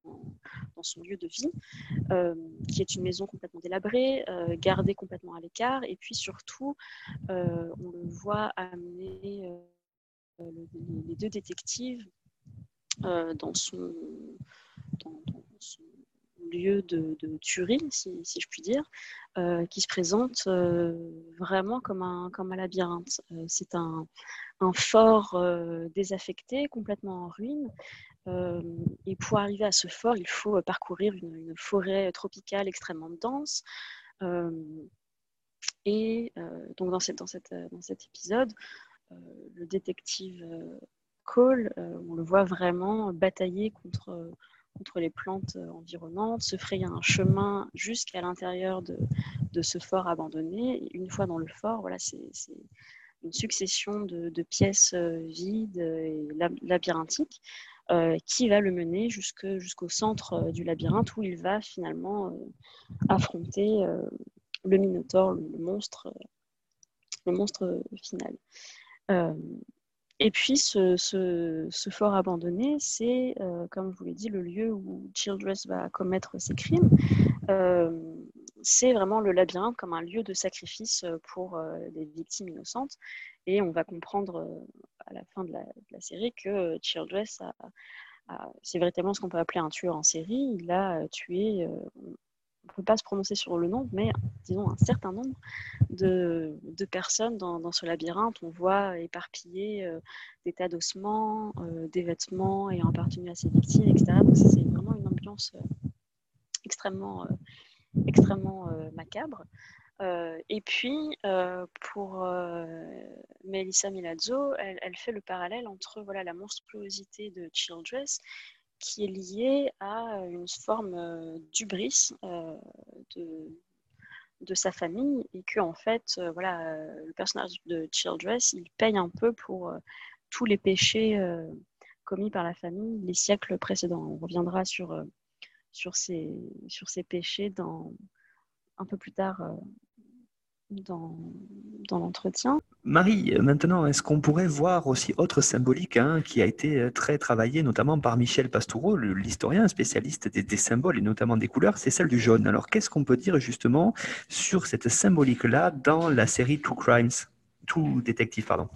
dans son lieu de vie, euh, qui est une maison complètement délabrée, euh, gardée complètement à l'écart, et puis surtout, euh, on le voit amener euh, les, les deux détectives euh, dans, son, dans, dans son lieu de, de tuerie, si, si je puis dire, euh, qui se présente euh, vraiment comme un, comme un labyrinthe. Euh, c'est un, un fort euh, désaffecté, complètement en ruine. Euh, et pour arriver à ce fort, il faut parcourir une, une forêt tropicale extrêmement dense. Euh, et euh, donc dans, cette, dans, cette, dans cet épisode, euh, le détective euh, Cole, euh, on le voit vraiment batailler contre, contre les plantes environnantes, se frayer un chemin jusqu'à l'intérieur de, de ce fort abandonné. Et une fois dans le fort, voilà, c'est, c'est une succession de, de pièces vides et labyrinthiques euh, qui va le mener jusque, jusqu'au centre du labyrinthe où il va finalement euh, affronter euh, le Minotaure, le, le monstre, le monstre final. Euh, et puis, ce, ce, ce fort abandonné, c'est, euh, comme je vous l'ai dit, le lieu où Childress va commettre ses crimes. Euh, c'est vraiment le labyrinthe comme un lieu de sacrifice pour euh, les victimes innocentes. Et on va comprendre euh, à la fin de la, de la série que Childress, a, a, c'est véritablement ce qu'on peut appeler un tueur en série. Il a tué, euh, on ne peut pas se prononcer sur le nombre, mais disons un certain nombre de, de personnes dans, dans ce labyrinthe. On voit éparpiller euh, des tas d'ossements, euh, des vêtements ayant appartenu à ces victimes, et cetera. Donc c'est vraiment une ambiance euh, extrêmement, euh, extrêmement euh, macabre. Euh, et puis, euh, pour euh, Melissa Milazzo, elle, elle fait le parallèle entre voilà, la monstruosité de Childress, qui est liée à une forme euh, d'hubris euh, de, de sa famille, et que en fait, euh, voilà, euh, le personnage de Childress, il paye un peu pour euh, tous les péchés euh, commis par la famille les siècles précédents. On reviendra sur, euh, sur, ces, sur ces péchés dans, un peu plus tard euh, dans, dans l'entretien. Marie, maintenant, est-ce qu'on pourrait voir aussi autre symbolique hein, qui a été très travaillée, notamment par Michel Pastoureau, l'historien spécialiste des, des symboles et notamment des couleurs, c'est celle du jaune. Alors, qu'est-ce qu'on peut dire justement sur cette symbolique-là dans la série Two Crimes, Two Detective, pardon?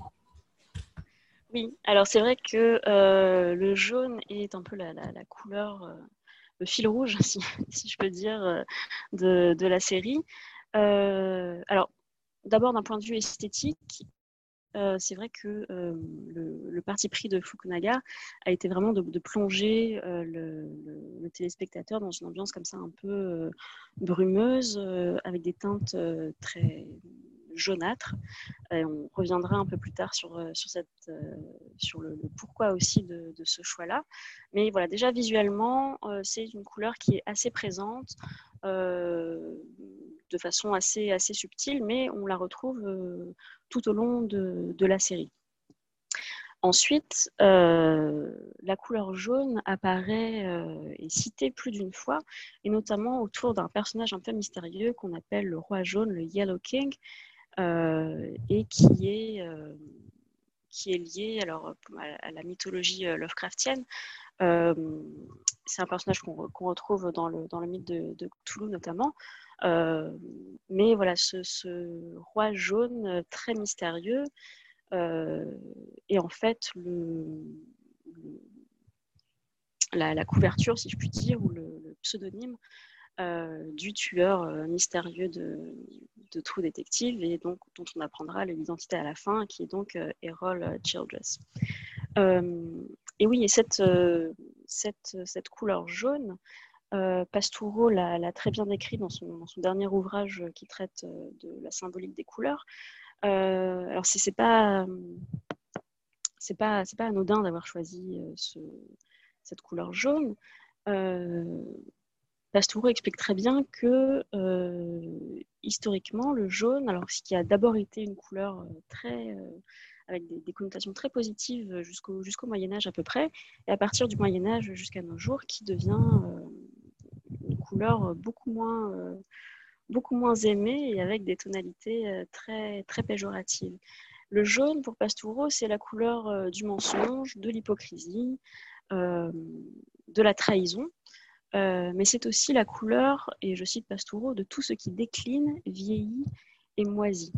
Oui, alors c'est vrai que euh, le jaune est un peu la, la, la couleur, euh, le fil rouge, si, si je peux dire, euh, de, de la série. Euh, alors, d'abord, d'un point de vue esthétique, euh, c'est vrai que euh, le, le parti pris de Fukunaga a été vraiment de, de plonger euh, le, le, le téléspectateur dans une ambiance comme ça un peu euh, brumeuse, euh, avec des teintes euh, très jaunâtres. Et on reviendra un peu plus tard sur, sur, cette, euh, sur le, le pourquoi aussi de, de ce choix-là. Mais voilà, déjà visuellement, euh, c'est une couleur qui est assez présente, euh, de façon assez, assez subtile, mais on la retrouve euh, tout au long de, de la série. Ensuite, euh, la couleur jaune apparaît euh, et citée plus d'une fois, et notamment autour d'un personnage un peu mystérieux qu'on appelle le roi jaune, le Yellow King, euh, et qui est, euh, qui est lié alors, à, à la mythologie Lovecraftienne. Euh, c'est un personnage qu'on, qu'on retrouve dans le, dans le mythe de, de Cthulhu notamment. Euh, mais voilà, ce, ce roi jaune très mystérieux euh, est en fait le, le, la, la couverture, si je puis dire, ou le, le pseudonyme euh, du tueur euh, mystérieux de, de True Detective, et donc dont on apprendra l'identité à la fin, qui est donc euh, Errol Childress. Euh, et oui, et cette, euh, cette, cette couleur jaune, euh, Pastoureau l'a, l'a très bien décrit dans son, dans son dernier ouvrage qui traite euh, de la symbolique des couleurs. Euh, alors, c'est, c'est pas, c'est pas, c'est pas anodin d'avoir choisi euh, ce, cette couleur jaune. Euh, Pastoureau explique très bien que euh, historiquement, le jaune, alors ce qui a d'abord été une couleur très, euh, avec des, des connotations très positives jusqu'au, jusqu'au Moyen-Âge à peu près, et à partir du Moyen-Âge jusqu'à nos jours, qui devient euh, une couleur beaucoup moins, euh, beaucoup moins aimée et avec des tonalités euh, très, très péjoratives. Le jaune, pour Pastoureau, c'est la couleur euh, du mensonge, de l'hypocrisie, euh, de la trahison. euh, mais c'est aussi la couleur, et je cite Pastoureau, de tout ce qui décline, vieillit et moisit.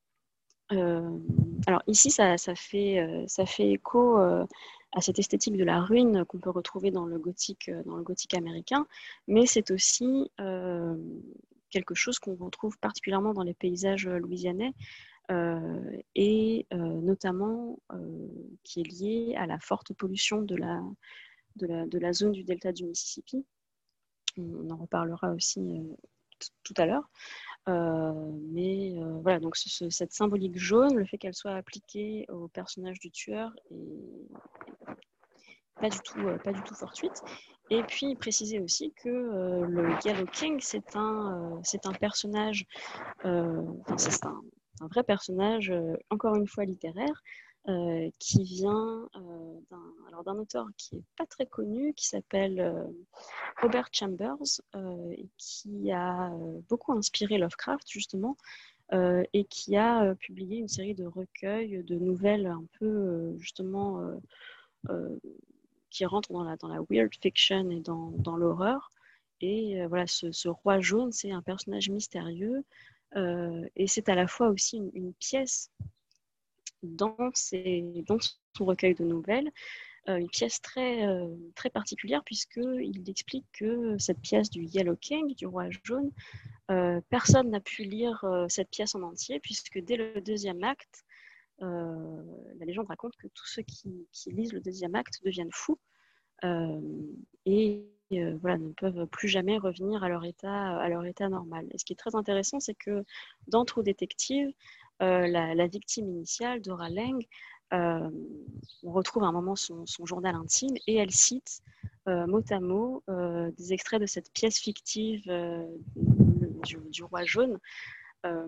Euh, alors ici, ça, ça, fait, euh, ça fait écho euh, à cette esthétique de la ruine qu'on peut retrouver dans le gothique, euh, dans le gothique américain, mais c'est aussi euh, quelque chose qu'on retrouve particulièrement dans les paysages louisianais, euh, et euh, notamment euh, qui est lié à la forte pollution de la, de la, de la zone du delta du Mississippi. On en reparlera aussi euh, tout à l'heure. Euh, mais euh, voilà, donc ce, ce, cette symbolique jaune, le fait qu'elle soit appliquée au personnage du tueur est pas du tout, euh, pas du tout fortuite. Et puis préciser aussi que euh, le Yellow King, c'est un, euh, c'est un personnage, euh, enfin, c'est un, un vrai personnage, euh, encore une fois littéraire, euh, qui vient euh, d'un, alors d'un auteur qui est pas très connu, qui s'appelle euh, Robert Chambers, euh, et qui a euh, beaucoup inspiré Lovecraft justement, euh, et qui a euh, publié une série de recueils de nouvelles un peu euh, justement euh, euh, qui rentrent dans la, dans la weird fiction et dans, dans l'horreur. Et euh, voilà, ce, ce roi jaune, c'est un personnage mystérieux, euh, et c'est à la fois aussi une, une pièce dans, ses, dans son recueil de nouvelles, euh, une pièce très, euh, très particulière, puisqu'il explique que cette pièce du Yellow King, du roi jaune, euh, personne n'a pu lire euh, cette pièce en entier, puisque dès le deuxième acte, euh, la légende raconte que tous ceux qui, qui lisent le deuxième acte deviennent fous, euh, et euh, voilà, ne peuvent plus jamais revenir à leur état, à leur état normal. Et ce qui est très intéressant, c'est que dans True Detective, euh, la, la victime initiale, Dora Lange, euh, on retrouve à un moment son, son journal intime, et elle cite euh, mot à mot euh, des extraits de cette pièce fictive euh, du, du roi jaune, euh,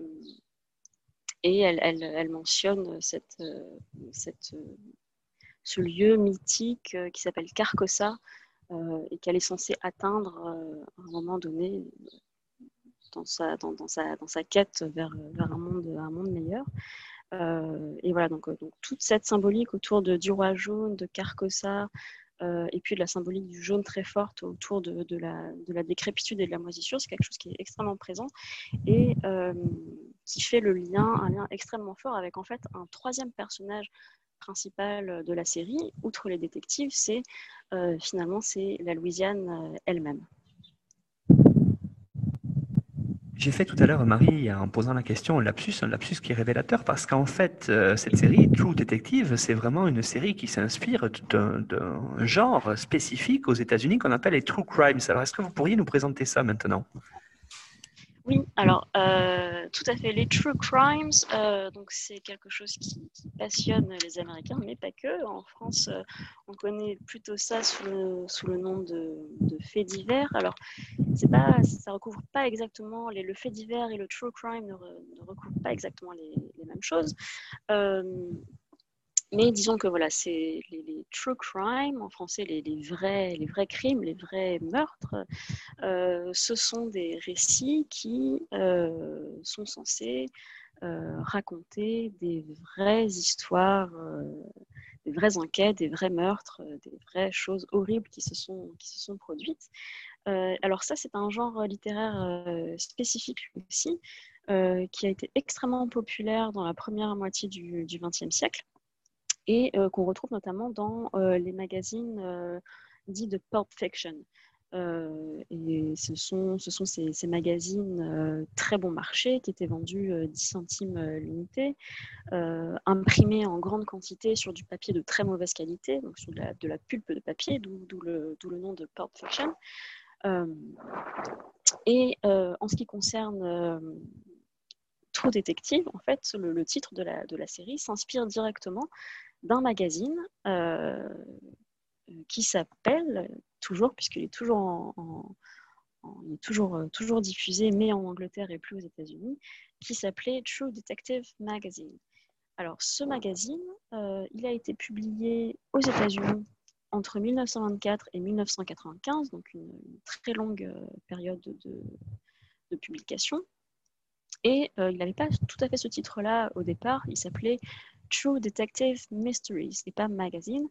et elle, elle, elle mentionne cette, euh, cette, euh, ce lieu mythique euh, qui s'appelle Carcossa, euh, et qu'elle est censée atteindre euh, à un moment donné dans sa, dans, dans sa, dans sa quête vers, vers un, monde, un monde meilleur. Euh, et voilà, donc, donc toute cette symbolique autour de, du roi jaune, de Carcossa, euh, et puis de la symbolique du jaune très forte autour de, de, la, de la décrépitude et de la moisissure, c'est quelque chose qui est extrêmement présent, et euh, qui fait le lien, un lien extrêmement fort avec en fait un troisième personnage principal de la série, outre les détectives, c'est euh, finalement c'est la Louisiane euh, elle-même. J'ai fait tout à l'heure, Marie, en posant la question, un lapsus, un lapsus qui est révélateur, parce qu'en fait, euh, cette série, True Detective, c'est vraiment une série qui s'inspire d'un, d'un genre spécifique aux États-Unis qu'on appelle les True Crimes. Alors, est-ce que vous pourriez nous présenter ça maintenant ? Oui, alors euh, tout à fait. Les true crimes, euh, donc c'est quelque chose qui, qui passionne les Américains, mais pas que. En France, euh, on connaît plutôt ça sous le, sous le nom de, de faits divers. Alors, c'est pas, ça recouvre pas exactement les, le fait divers et le true crime ne, re, ne recouvrent pas exactement les, les mêmes choses. Euh, Mais disons que voilà, c'est les, les true crime, en français, les, les, vrais, les vrais crimes, les vrais meurtres, euh, ce sont des récits qui euh, sont censés euh, raconter des vraies histoires, euh, des vraies enquêtes, des vrais meurtres, euh, des vraies choses horribles qui se sont, qui se sont produites. Euh, alors ça, c'est un genre littéraire euh, spécifique aussi, euh, qui a été extrêmement populaire dans la première moitié du vingtième siècle, et euh, qu'on retrouve notamment dans euh, les magazines euh, dits de Pulp Fiction. Euh, et ce sont, ce sont ces, ces magazines euh, très bon marché qui étaient vendus euh, dix centimes euh, l'unité, euh, imprimés en grande quantité sur du papier de très mauvaise qualité, donc sur de la, de la pulpe de papier, d'où, d'où, le, d'où le nom de Pulp Fiction. Euh, et euh, en ce qui concerne euh, True Detective, en fait, le, le titre de la, de la série s'inspire directement d'un magazine euh, qui s'appelle, toujours, puisqu'il est toujours, en, en, en, il est toujours, euh, toujours diffusé, mais en Angleterre et plus aux États-Unis, qui s'appelait True Detective Magazine. Alors, ce magazine, euh, il a été publié aux États-Unis entre mille neuf cent vingt-quatre et mille neuf cent quatre-vingt-quinze, donc une, une très longue euh, période de, de publication. Et euh, il n'avait pas tout à fait ce titre-là au départ, il s'appelait True Detective Mysteries, et pas Magazine.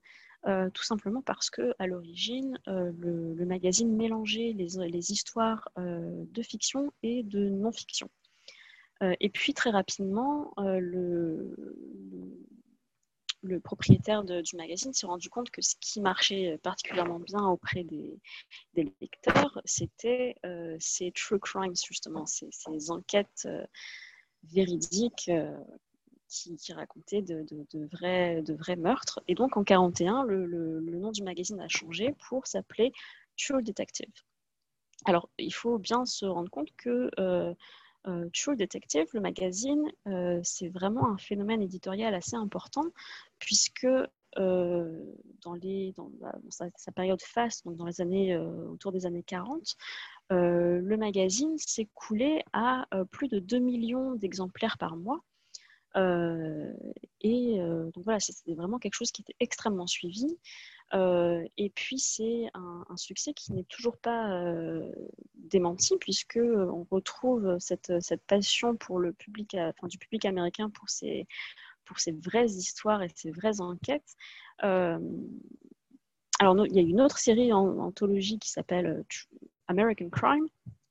euh, tout simplement parce que à l'origine, euh, le, le magazine mélangeait les, les histoires euh, de fiction et de non-fiction. Euh, et puis très rapidement, euh, le, le, le propriétaire de, du magazine s'est rendu compte que ce qui marchait particulièrement bien auprès des, des lecteurs, c'était euh, ces true crimes, justement, ces, ces enquêtes euh, véridiques euh, qui, qui racontaient de, de, de, vrais, de vrais meurtres. Et donc en quarante et un, le, le, le nom du magazine a changé pour s'appeler True Detective. Alors, il faut bien se rendre compte que euh, euh, True Detective, le magazine, euh, c'est vraiment un phénomène éditorial assez important, puisque euh, dans, les, dans, dans sa, sa période faste, donc dans les années, euh, autour des années quarante, euh, le magazine s'est coulé à euh, plus de deux millions d'exemplaires par mois. Euh, et euh, donc voilà, c'était vraiment quelque chose qui était extrêmement suivi. Euh, et puis c'est un, un succès qui n'est toujours pas euh, démenti, puisque on retrouve cette, cette passion pour le public, enfin, du public américain pour ces, pour ces vraies histoires et ces vraies enquêtes. Euh, alors il y a une autre série en, anthologie qui s'appelle American Crime,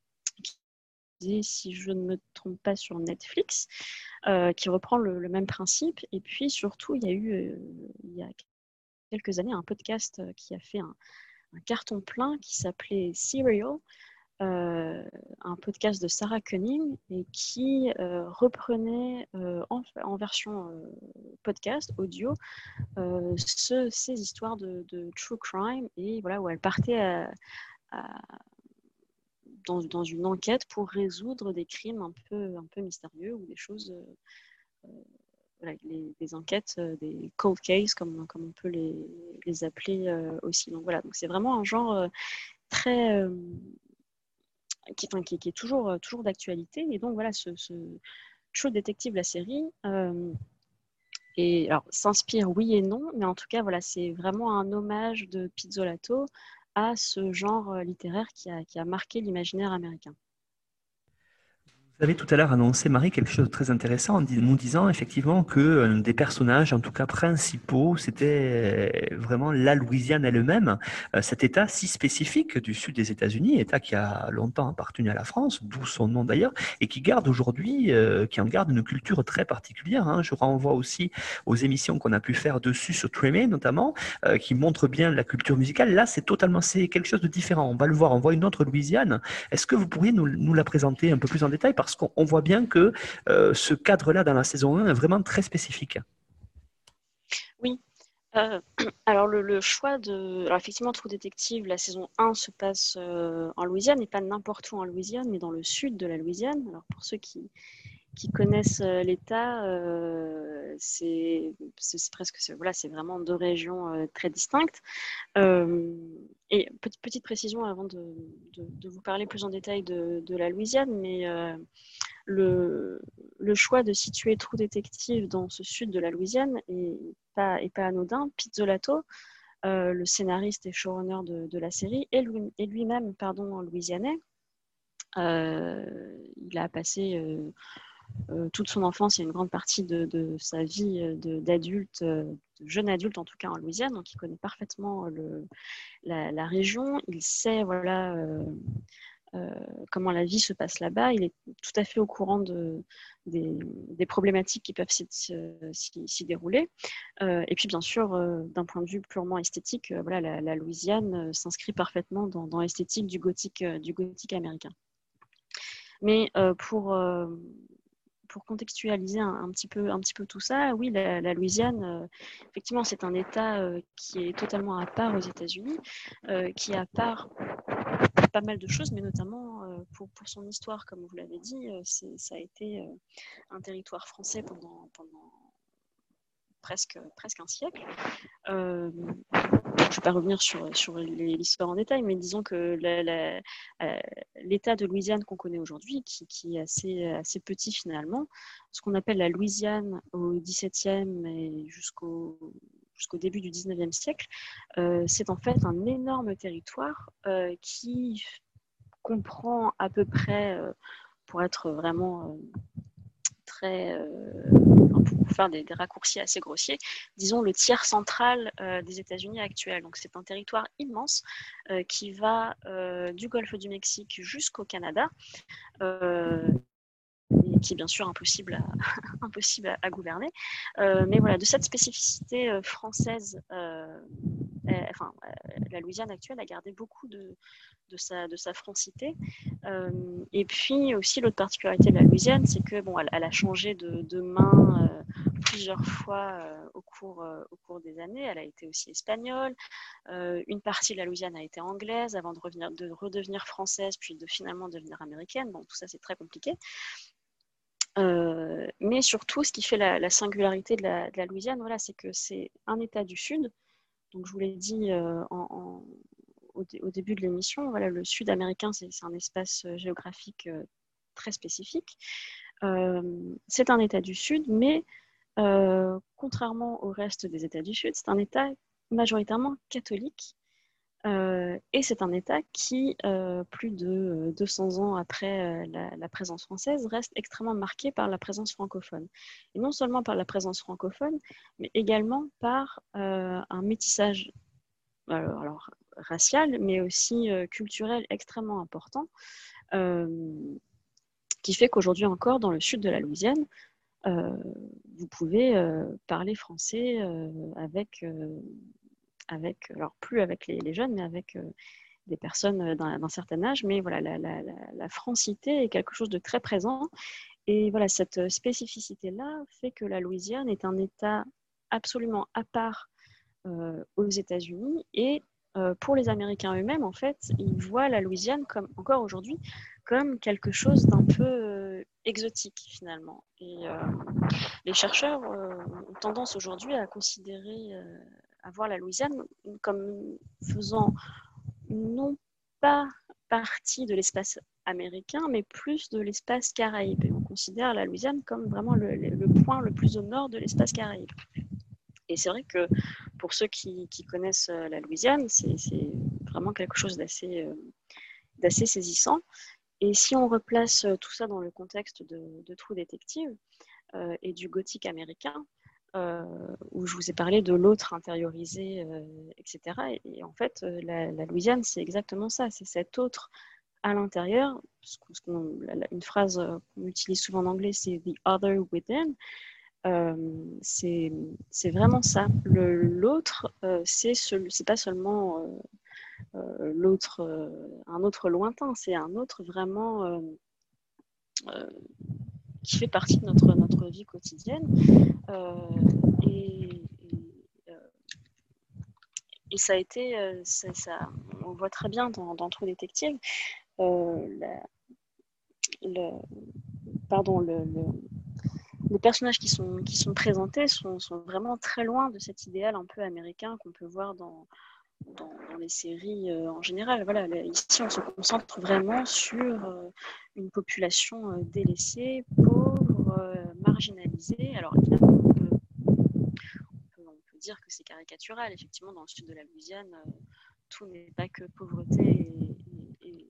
si je ne me trompe pas, sur Netflix, euh, qui reprend le, le même principe. Et puis surtout, il y a eu euh, il y a quelques années un podcast qui a fait un, un carton plein qui s'appelait Serial, euh, un podcast de Sarah Koenig et qui euh, reprenait euh, en, en version euh, podcast, audio, euh, ce, ces histoires de, de true crime, et voilà, où elle partait à, à Dans, dans, une enquête pour résoudre des crimes un peu, un peu mystérieux ou des choses, euh, voilà, les, des enquêtes, euh, des cold cases, comme, comme on peut les, les appeler euh, aussi. Donc voilà, donc c'est vraiment un genre euh, très. Euh, qui, enfin, qui, qui, est toujours, euh, toujours d'actualité. Et donc voilà, ce, ce True Detective, la série, euh, et, alors, s'inspire oui et non, mais en tout cas, voilà, c'est vraiment un hommage de Pizzolato à ce genre littéraire qui a, qui a marqué l'imaginaire américain. Vous avez tout à l'heure annoncé, Marie, quelque chose de très intéressant en nous disant effectivement que un des personnages, en tout cas principaux, c'était vraiment la Louisiane elle-même, cet État si spécifique du sud des États-Unis, État qui a longtemps appartenu à la France, d'où son nom d'ailleurs, et qui garde aujourd'hui, euh, qui en garde une culture très particulière. Hein. Je renvoie aussi aux émissions qu'on a pu faire dessus sur Treme notamment, euh, qui montrent bien la culture musicale. Là, c'est totalement, c'est quelque chose de différent. On va le voir, on voit une autre Louisiane. Est-ce que vous pourriez nous, nous la présenter un peu plus en détail? Parce qu'on voit bien que euh, ce cadre-là dans la saison un est vraiment très spécifique. Oui. Euh, alors le, le choix de... Alors effectivement, True Detective, la saison un se passe euh, en Louisiane, et pas n'importe où en Louisiane, mais dans le sud de la Louisiane. Alors pour ceux qui, qui connaissent euh, l'État, euh, c'est presque... Voilà, c'est vraiment deux régions euh, très distinctes. Euh, et petite, petite précision avant de, de, de vous parler plus en détail de, de la Louisiane, mais... Euh, Le, le choix de situer True Detective dans ce sud de la Louisiane est pas, est pas anodin. Pizzolato, euh, le scénariste et showrunner de, de la série, est, lui, est lui-même pardon, louisianais. Euh, il a passé euh, euh, toute son enfance et une grande partie de, de sa vie d'adulte, de, de jeune adulte en tout cas en Louisiane, donc il connaît parfaitement le, la, la région. Il sait voilà, euh, Euh, comment la vie se passe là-bas. Il est tout à fait au courant de, des, des problématiques qui peuvent s'y dérouler. Euh, et puis, bien sûr, euh, d'un point de vue purement esthétique, euh, voilà, la, la Louisiane euh, s'inscrit parfaitement dans, dans l'esthétique du gothique, euh, du gothique américain. Mais euh, pour, euh, pour contextualiser un, un, petit peu, un petit peu tout ça, oui, la, la Louisiane, euh, effectivement, c'est un État euh, qui est totalement à part aux États-Unis, euh, qui est à part pas mal de choses, mais notamment euh, pour, pour son histoire, comme vous l'avez dit, euh, ça a été euh, un territoire français pendant, pendant presque, presque un siècle. Euh, je ne vais pas revenir sur, sur l'histoire en détail, mais disons que l'État de Louisiane qu'on connaît aujourd'hui, qui, qui est assez, assez petit finalement, ce qu'on appelle la Louisiane au dix-septième et jusqu'au jusqu'au début du dix-neuvième siècle, euh, c'est en fait un énorme territoire euh, qui comprend à peu près, euh, pour être vraiment euh, très, euh, pour faire des, des raccourcis assez grossiers, disons le tiers central euh, des États-Unis actuels. Donc c'est un territoire immense euh, qui va euh, du Golfe du Mexique jusqu'au Canada. Euh, et qui est bien sûr impossible à, impossible à, à gouverner. Euh, mais voilà, de cette spécificité euh, française, euh, elle, enfin, euh, la Louisiane actuelle a gardé beaucoup de, de, sa, de sa francité. Euh, et puis aussi, l'autre particularité de la Louisiane, c'est que bon, elle, elle a changé de, de main euh, plusieurs fois euh, au, cours, euh, au cours des années. Elle a été aussi espagnole. Euh, une partie de la Louisiane a été anglaise avant de, revenir, de redevenir française, puis de finalement devenir américaine. Bon, tout ça, c'est très compliqué. Euh, mais surtout, ce qui fait la, la singularité de la, de la Louisiane, voilà, c'est que c'est un État du Sud. Donc, je vous l'ai dit euh, en, en, au, au, début de l'émission, voilà, le Sud américain, c'est un espace géographique euh, très spécifique. Euh, c'est un État du Sud, mais euh, contrairement au reste des États du Sud, c'est un État majoritairement catholique. Euh, et c'est un État qui, euh, plus de deux cents ans après euh, la, la présence française, reste extrêmement marqué par la présence francophone. Et non seulement par la présence francophone, mais également par euh, un métissage alors, alors, racial, mais aussi euh, culturel extrêmement important, euh, qui fait qu'aujourd'hui encore, dans le sud de la Louisiane, euh, vous pouvez euh, parler français euh, avec... Euh, avec, alors plus avec les, les jeunes, mais avec euh, des personnes d'un certain âge. Mais voilà, la, la, la, la francité est quelque chose de très présent. Et voilà, cette spécificité-là fait que la Louisiane est un État absolument à part euh, aux États-Unis. Et euh, pour les Américains eux-mêmes, en fait, ils voient la Louisiane, comme encore aujourd'hui, comme quelque chose d'un peu euh, exotique, finalement. Et euh, les chercheurs euh, ont tendance aujourd'hui à considérer... Euh, à voir la Louisiane comme faisant non pas partie de l'espace américain, mais plus de l'espace caraïbe. Et on considère la Louisiane comme vraiment le, le point le plus au nord de l'espace caraïbe. Et c'est vrai que pour ceux qui, qui connaissent la Louisiane, c'est vraiment quelque chose d'assez euh, d'assez saisissant. Et si on replace tout ça dans le contexte de, de True Detective euh, et du gothique américain, Euh, où je vous ai parlé de l'autre intériorisé, euh, et cetera. Et, et en fait, euh, la, la Louisiane, c'est exactement ça. C'est cet autre à l'intérieur. Une phrase qu'on utilise souvent en anglais, c'est « the other within ». Euh, c'est vraiment ça. L'autre, euh, c'est pas seulement euh, euh, l'autre, euh, un autre lointain, c'est un autre vraiment euh, euh, qui fait partie de notre, notre vie quotidienne. Euh, et, et, euh, et ça a été, euh, ça, ça, on le voit très bien dans, dans True Detective, euh, la, le, pardon, le, le, les personnages qui sont, qui sont présentés sont, sont vraiment très loin de cet idéal un peu américain qu'on peut voir dans, dans, dans les séries euh, en général. Voilà, là, ici, on se concentre vraiment sur euh, une population euh, délaissée, pauvre, euh, marginalisée. Alors, évidemment, on peut, on peut dire que c'est caricatural. Effectivement, dans le sud de la Louisiane, euh, tout n'est pas que pauvreté et, et, et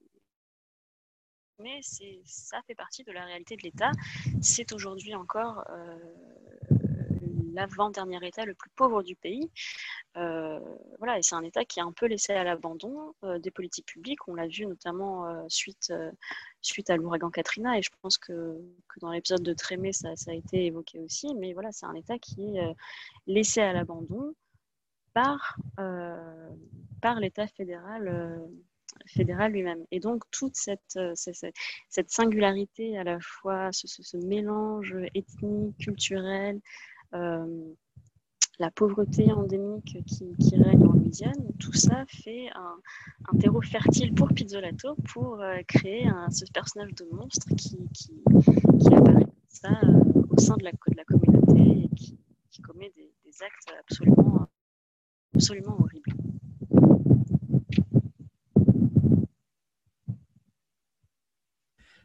mais ça fait partie de la réalité de l'État. C'est aujourd'hui encore euh, l'avant-dernier État le plus pauvre du pays. Euh, voilà, et c'est un État qui est un peu laissé à l'abandon euh, des politiques publiques. On l'a vu notamment euh, suite, euh, suite à l'ouragan Katrina, et je pense que, que dans l'épisode de Trémé, ça, ça a été évoqué aussi. Mais voilà, c'est un État qui est euh, laissé à l'abandon par, euh, par l'État fédéral. Euh, fédéral lui-même. Et donc, toute cette, cette, cette singularité, à la fois ce, ce, ce mélange ethnique, culturel, euh, la pauvreté endémique qui, qui règne en Louisiane, tout ça fait un, un terreau fertile pour Pizzolato pour euh, créer un, ce personnage de monstre qui, qui, qui apparaît ça, euh, au sein de la, de la communauté et qui, qui commet des, des actes absolument, absolument horribles.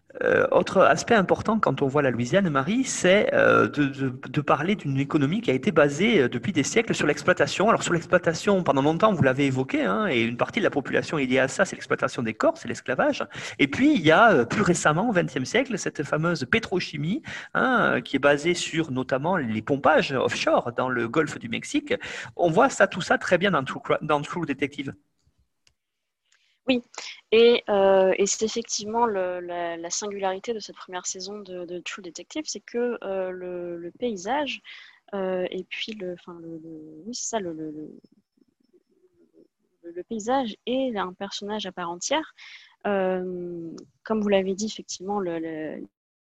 Euh, autre aspect important quand on voit la Louisiane, Marie, c'est euh, de, de, de parler d'une économie qui a été basée euh, depuis des siècles sur l'exploitation. Alors sur l'exploitation, pendant longtemps, vous l'avez évoqué, hein, et une partie de la population est liée à ça, c'est l'exploitation des corps, c'est l'esclavage. Et puis il y a euh, plus récemment, au vingtième siècle, cette fameuse pétrochimie, hein, euh, qui est basée sur notamment les pompages offshore dans le golfe du Mexique. On voit ça, tout ça très bien dans True, dans True Detective. Oui, et, euh, et c'est effectivement le, la, la singularité de cette première saison de, de True Detective, c'est que euh, le, le paysage euh, et puis le, enfin le, le oui c'est ça le, le, le, le paysage est un personnage à part entière. Euh, comme vous l'avez dit, effectivement, le, le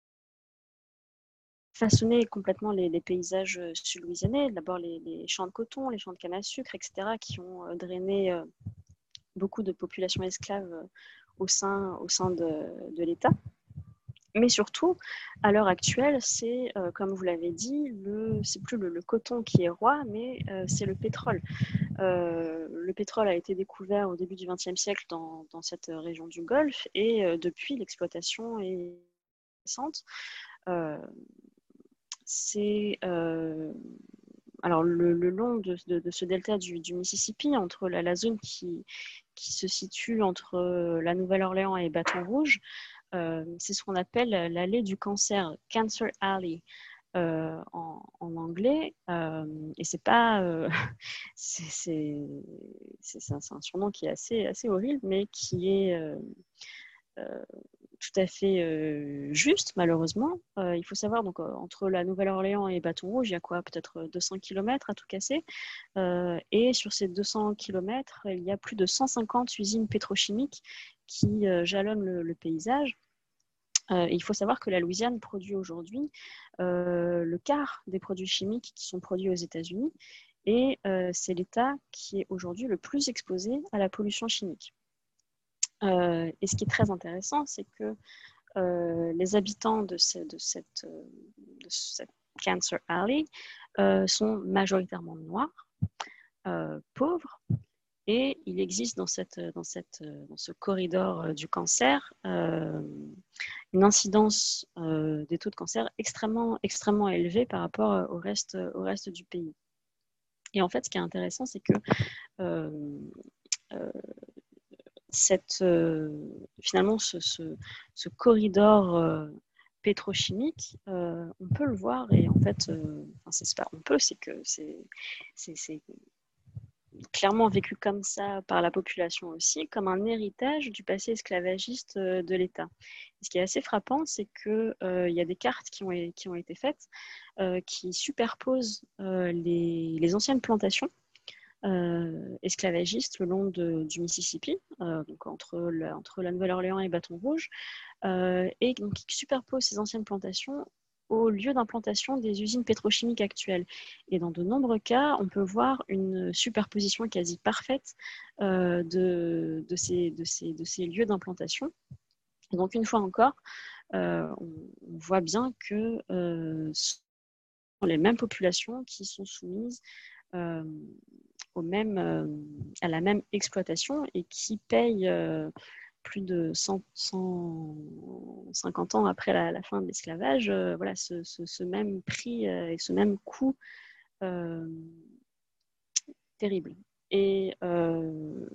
façonner complètement les, les paysages sud-louisianais. D'abord les, les champs de coton, les champs de canne à sucre, et cetera, qui ont euh, drainé euh, beaucoup de populations esclaves euh, au sein, au sein de, de l'État. Mais surtout, à l'heure actuelle, c'est, euh, comme vous l'avez dit, le, c'est plus le, le coton qui est roi, mais euh, c'est le pétrole. Euh, le pétrole a été découvert au début du vingtième siècle dans, dans cette région du Golfe, et euh, depuis, l'exploitation est récente. Euh, c'est euh, alors le, le long de, de, de, ce delta du, du Mississippi, entre la, la zone qui, qui se situe entre la Nouvelle-Orléans et Baton Rouge, euh, c'est ce qu'on appelle l'allée du cancer, Cancer Alley. Euh, en, en anglais, euh, et c'est pas, euh, c'est, c'est, c'est, un, c'est un surnom qui est assez, assez horrible, mais qui est euh, euh, tout à fait euh, juste, malheureusement. Euh, il faut savoir, donc, euh, entre la Nouvelle-Orléans et Baton Rouge, il y a quoi, peut-être deux cents kilomètres à tout casser. Euh, et sur ces deux cents kilomètres, il y a plus de cent cinquante usines pétrochimiques qui euh, jalonnent le, le paysage. Euh, il faut savoir que la Louisiane produit aujourd'hui euh, le quart des produits chimiques qui sont produits aux États-Unis, et euh, c'est l'État qui est aujourd'hui le plus exposé à la pollution chimique. Euh, et ce qui est très intéressant, c'est que euh, les habitants de, ce, de, cette, de cette Cancer Alley euh, sont majoritairement noirs, euh, pauvres, et il existe dans, cette, dans, cette, dans ce corridor du cancer euh, une incidence euh, des taux de cancer extrêmement, extrêmement élevée par rapport au reste, au reste du pays. Et en fait, ce qui est intéressant, c'est que euh, euh, cette, euh, finalement, ce, ce, ce corridor euh, pétrochimique, euh, on peut le voir, et en fait, euh, enfin, c'est pas on peut, c'est que c'est, c'est, c'est clairement vécu comme ça par la population aussi, comme un héritage du passé esclavagiste euh, de l'État. Ce qui est assez frappant, c'est qu'il euh, y a des cartes qui ont, qui ont été faites euh, qui superposent euh, les, les anciennes plantations Euh, esclavagistes le long de, du Mississippi, euh, donc entre la, entre la Nouvelle-Orléans et Baton Rouge, euh, et donc qui superpose ces anciennes plantations au lieu d'implantation des usines pétrochimiques actuelles. Et dans de nombreux cas, on peut voir une superposition quasi parfaite euh, de, de, ces, de, ces, de ces lieux d'implantation. Et donc, une fois encore, euh, on, on voit bien que euh, ce sont les mêmes populations qui sont soumises euh, au même, euh, à la même exploitation et qui payent euh, plus de cent, cent cinquante ans après la, la fin de l'esclavage, euh, voilà, ce, ce, ce, même prix euh, et ce même coût euh, terrible. Et euh,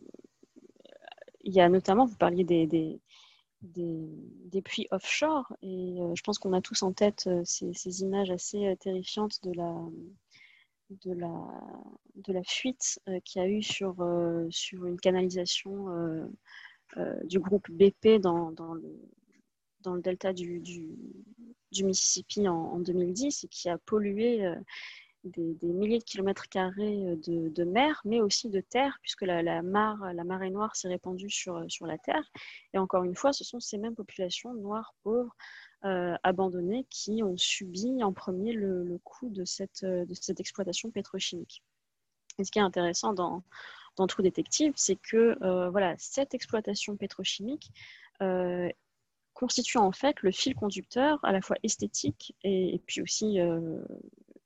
il y a notamment, vous parliez des, des, des, des puits offshore, et euh, je pense qu'on a tous en tête euh, ces, ces images assez euh, terrifiantes de la, de la, de la fuite euh, qu'il y a eu sur, euh, sur une canalisation euh, euh, du groupe B P dans, dans, le, dans le delta du, du, du Mississippi en, en deux mille dix, et qui a pollué euh, des, des milliers de kilomètres carrés de, de mer, mais aussi de terre, puisque la, la, mare, la marée noire s'est répandue sur, sur la terre. Et encore une fois, ce sont ces mêmes populations noires, pauvres, euh, abandonnées, qui ont subi en premier le, le coût de cette, de cette exploitation pétrochimique. Et ce qui est intéressant dans, dans True Detective, c'est que euh, voilà, cette exploitation pétrochimique euh, constitue en fait le fil conducteur à la fois esthétique et, et puis aussi euh,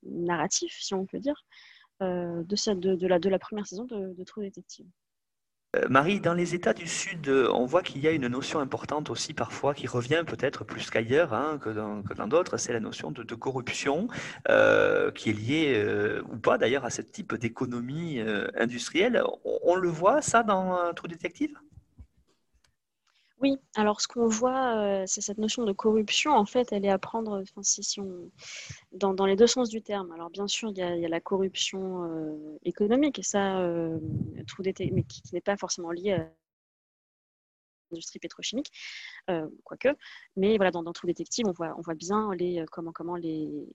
narratif, si on peut dire, euh, de, cette, de, de, la, de la première saison de, de True Detective. Euh, Marie, dans les États du Sud, euh, on voit qu'il y a une notion importante aussi parfois qui revient peut-être plus qu'ailleurs, hein, que dans que dans d'autres, c'est la notion de, de corruption euh, qui est liée euh, ou pas d'ailleurs à ce type d'économie euh, industrielle. On, on le voit ça dans euh, True Detective? Oui, alors ce qu'on voit, euh, c'est cette notion de corruption, en fait, elle est à prendre, enfin, si, si on, dans, dans les deux sens du terme. Alors bien sûr, il y a, il y a la corruption euh, économique, et ça, euh, True Detective, mais qui, qui n'est pas forcément liée à l'industrie pétrochimique, euh, quoique. Mais voilà, dans, dans True Detective, on voit, on voit bien les, euh, comment, comment les,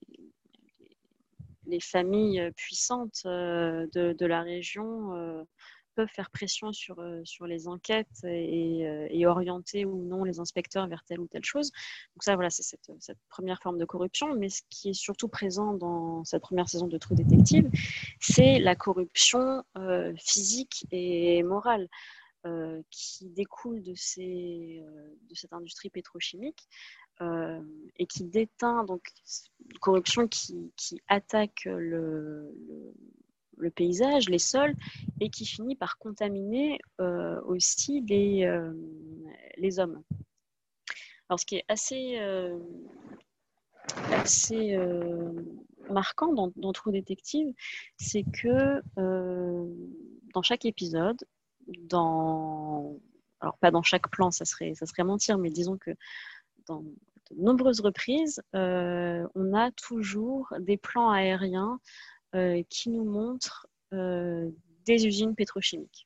les familles puissantes euh, de, de la région euh, peuvent faire pression sur, euh, sur les enquêtes et, euh, et orienter ou non les inspecteurs vers telle ou telle chose. Donc ça, voilà, c'est cette, cette première forme de corruption. Mais ce qui est surtout présent dans cette première saison de True Detective, c'est la corruption euh, physique et morale. Euh, qui découle de, ces, euh, de cette industrie pétrochimique euh, et qui déteint, donc une corruption qui, qui attaque le, le, le paysage, les sols, et qui finit par contaminer euh, aussi les, euh, les hommes. Alors ce qui est assez, euh, assez euh, marquant dans, dans True Detective, c'est que euh, dans chaque épisode, dans... alors pas dans chaque plan, ça serait, ça serait mentir, mais disons que dans de nombreuses reprises, euh, on a toujours des plans aériens euh, qui nous montrent euh, des usines pétrochimiques.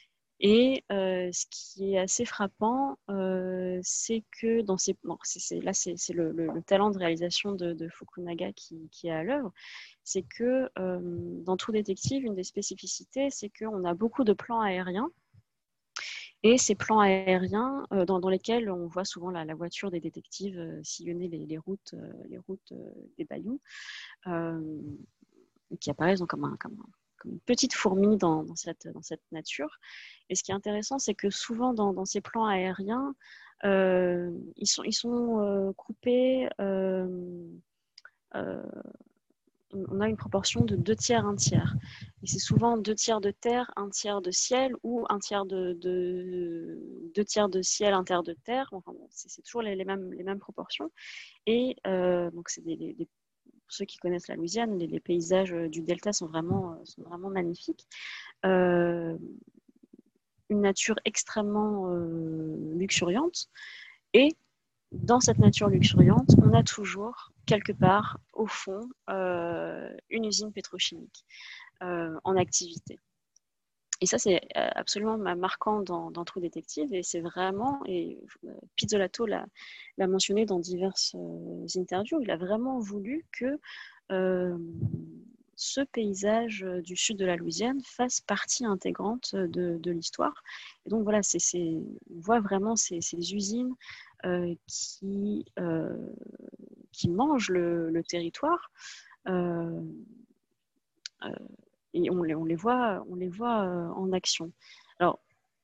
Et euh, ce qui est assez frappant, euh, c'est que dans ces... Bon, c'est, c'est, là, c'est, c'est le, le, le talent de réalisation de, de Fukunaga qui, qui est à l'œuvre. C'est que euh, dans True Detective, une des spécificités, c'est qu'on a beaucoup de plans aériens. Et ces plans aériens euh, dans, dans lesquels on voit souvent la, la voiture des détectives euh, sillonner les, les routes, euh, les routes euh, des bayous, euh, qui apparaissent donc comme, un, comme, un, comme une petite fourmi dans, dans, cette, dans cette nature. Et ce qui est intéressant, c'est que souvent dans, dans ces plans aériens, euh, ils sont, ils sont euh, coupés. Euh, euh, on a une proportion de deux tiers, un tiers. Et c'est souvent deux tiers de terre, un tiers de ciel, ou un tiers de, de deux tiers de ciel, un tiers de terre. Enfin, bon, c'est, c'est toujours les, les, mêmes, les mêmes proportions. Et euh, donc, c'est des, des, pour ceux qui connaissent la Louisiane, les, les paysages du delta sont vraiment, sont vraiment magnifiques. Euh, une nature extrêmement euh, luxuriante. Et dans cette nature luxuriante, on a toujours, quelque part, au fond, euh, une usine pétrochimique euh, en activité. Et ça, c'est absolument marquant dans, dans True Detective. Et c'est vraiment, et Pizzolato l'a, l'a mentionné dans diverses euh, interviews, il a vraiment voulu que euh, ce paysage du sud de la Louisiane fasse partie intégrante de, de l'histoire. Et donc voilà, c'est, c'est, on voit vraiment ces, ces usines euh, qui, euh, qui mangent le, le territoire. Euh, euh, et on les, on les voit, on les voit euh, en action. Alors,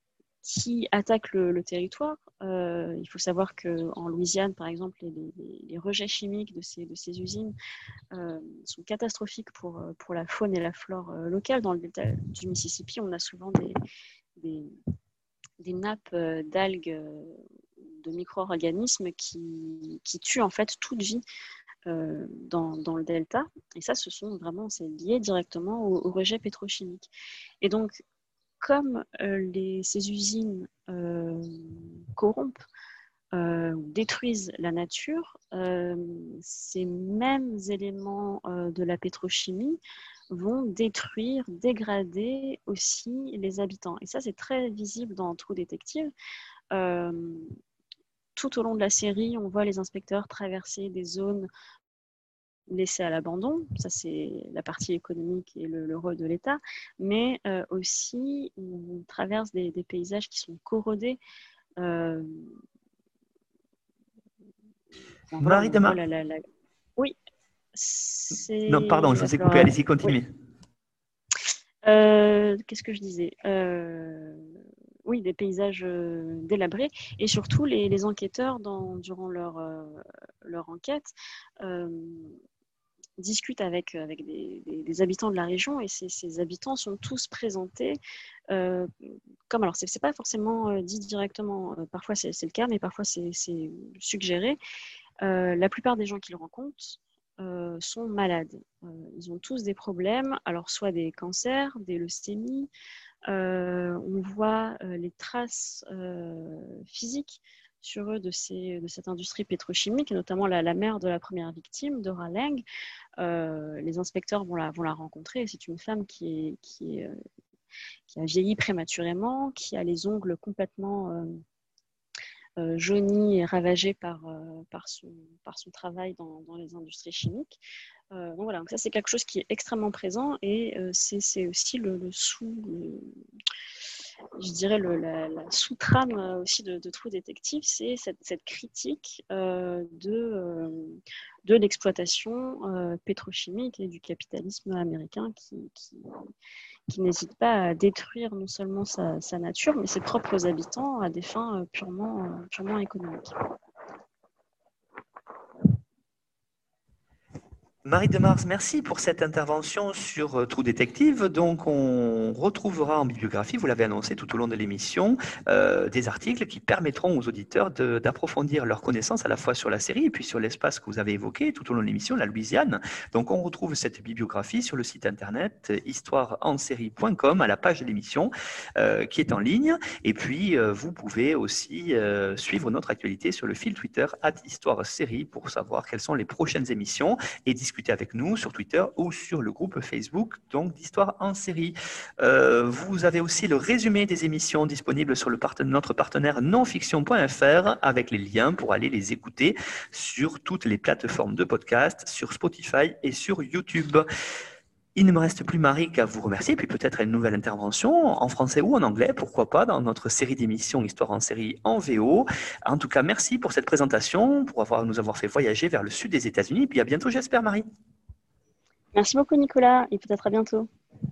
qui attaque le, le territoire euh, il faut savoir qu'en Louisiane, par exemple, les, les, les rejets chimiques de ces, de ces usines euh, sont catastrophiques pour, pour la faune et la flore euh, locale. Dans le delta du Mississippi, on a souvent des, des, des nappes euh, d'algues, euh, de micro-organismes qui, qui tuent en fait toute vie euh, dans, dans le delta. Et ça, ce sont vraiment, c'est lié directement au, au rejet pétrochimique. Et donc, comme euh, les, ces usines euh, corrompent euh, ou détruisent la nature, euh, ces mêmes éléments euh, de la pétrochimie vont détruire, dégrader aussi les habitants. Et ça, c'est très visible dans True Detective. Euh, tout au long de la série, on voit les inspecteurs traverser des zones laissés à l'abandon, ça c'est la partie économique et le, le rôle de l'État, mais euh, aussi on traverse des, des paysages qui sont corrodés. Euh, enfin, voilà, Marie on voit Dema. la, la, la... Oui, Non, pardon, je c'est... vous ai Alors, coupé, euh, allez-y, oui. continuez. Euh, qu'est-ce que je disais euh, Oui, des paysages euh, délabrés et surtout les, les enquêteurs dans, durant leur, euh, leur enquête euh, discute avec, avec des, des, des habitants de la région et ces, ces habitants sont tous présentés euh, comme, alors c'est, c'est pas forcément euh, dit directement, euh, parfois c'est, c'est le cas, mais parfois c'est, c'est suggéré. Euh, la plupart des gens qu'ils rencontrent euh, sont malades. Euh, ils ont tous des problèmes, alors soit des cancers, des leucémies, euh, on voit euh, les traces euh, physiques sur eux de, ces, de cette industrie pétrochimique, et notamment la, la mère de la première victime, Dora Leng. Euh, les inspecteurs vont la, vont la rencontrer. C'est une femme qui, est, qui, est, euh, qui a vieilli prématurément, qui a les ongles complètement euh, euh, jaunis et ravagés par, euh, par, son, par son travail dans, dans les industries chimiques. Euh, donc voilà, donc ça c'est quelque chose qui est extrêmement présent et euh, c'est, c'est aussi le, le sous... Le, je dirais le, la, la sous-trame aussi de, de True Detective, c'est cette, cette critique euh, de, euh, de l'exploitation euh, pétrochimique et du capitalisme américain qui, qui, qui n'hésite pas à détruire non seulement sa, sa nature, mais ses propres habitants à des fins purement, purement économiques. Marie de Mars, merci pour cette intervention sur euh, True Detective. Donc, on retrouvera en bibliographie, vous l'avez annoncé tout au long de l'émission, euh, des articles qui permettront aux auditeurs de, d'approfondir leurs connaissances à la fois sur la série et puis sur l'espace que vous avez évoqué tout au long de l'émission, la Louisiane. Donc, on retrouve cette bibliographie sur le site internet histoire en série point com à la page de l'émission euh, qui est en ligne. Et puis, euh, vous pouvez aussi euh, suivre notre actualité sur le fil Twitter arobase histoire série pour savoir quelles sont les prochaines émissions et discuter avec nous sur Twitter ou sur le groupe Facebook donc d'Histoire en série. Euh, vous avez aussi le résumé des émissions disponibles sur le partenaire, notre partenaire nonfiction point f r avec les liens pour aller les écouter sur toutes les plateformes de podcast, sur Spotify et sur YouTube. Il ne me reste plus, Marie, qu'à vous remercier, puis peut-être une nouvelle intervention en français ou en anglais, pourquoi pas, dans notre série d'émissions Histoire en série en V O. En tout cas, merci pour cette présentation, pour avoir, nous avoir fait voyager vers le sud des États-Unis. Puis à bientôt, j'espère, Marie. Merci beaucoup, Nicolas, et peut-être à bientôt.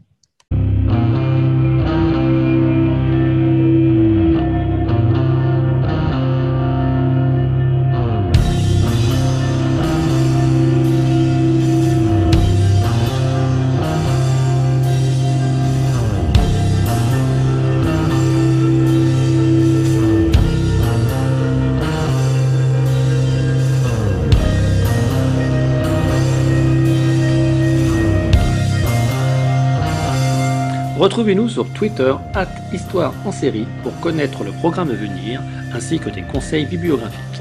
Retrouvez-nous sur Twitter arobase histoire en série pour connaître le programme à venir ainsi que des conseils bibliographiques.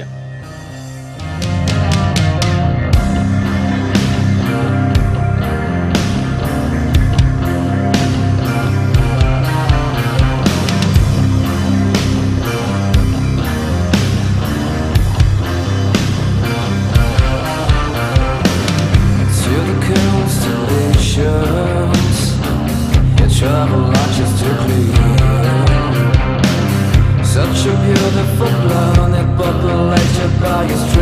Travel launches to clear. Such a beautiful planet populated by a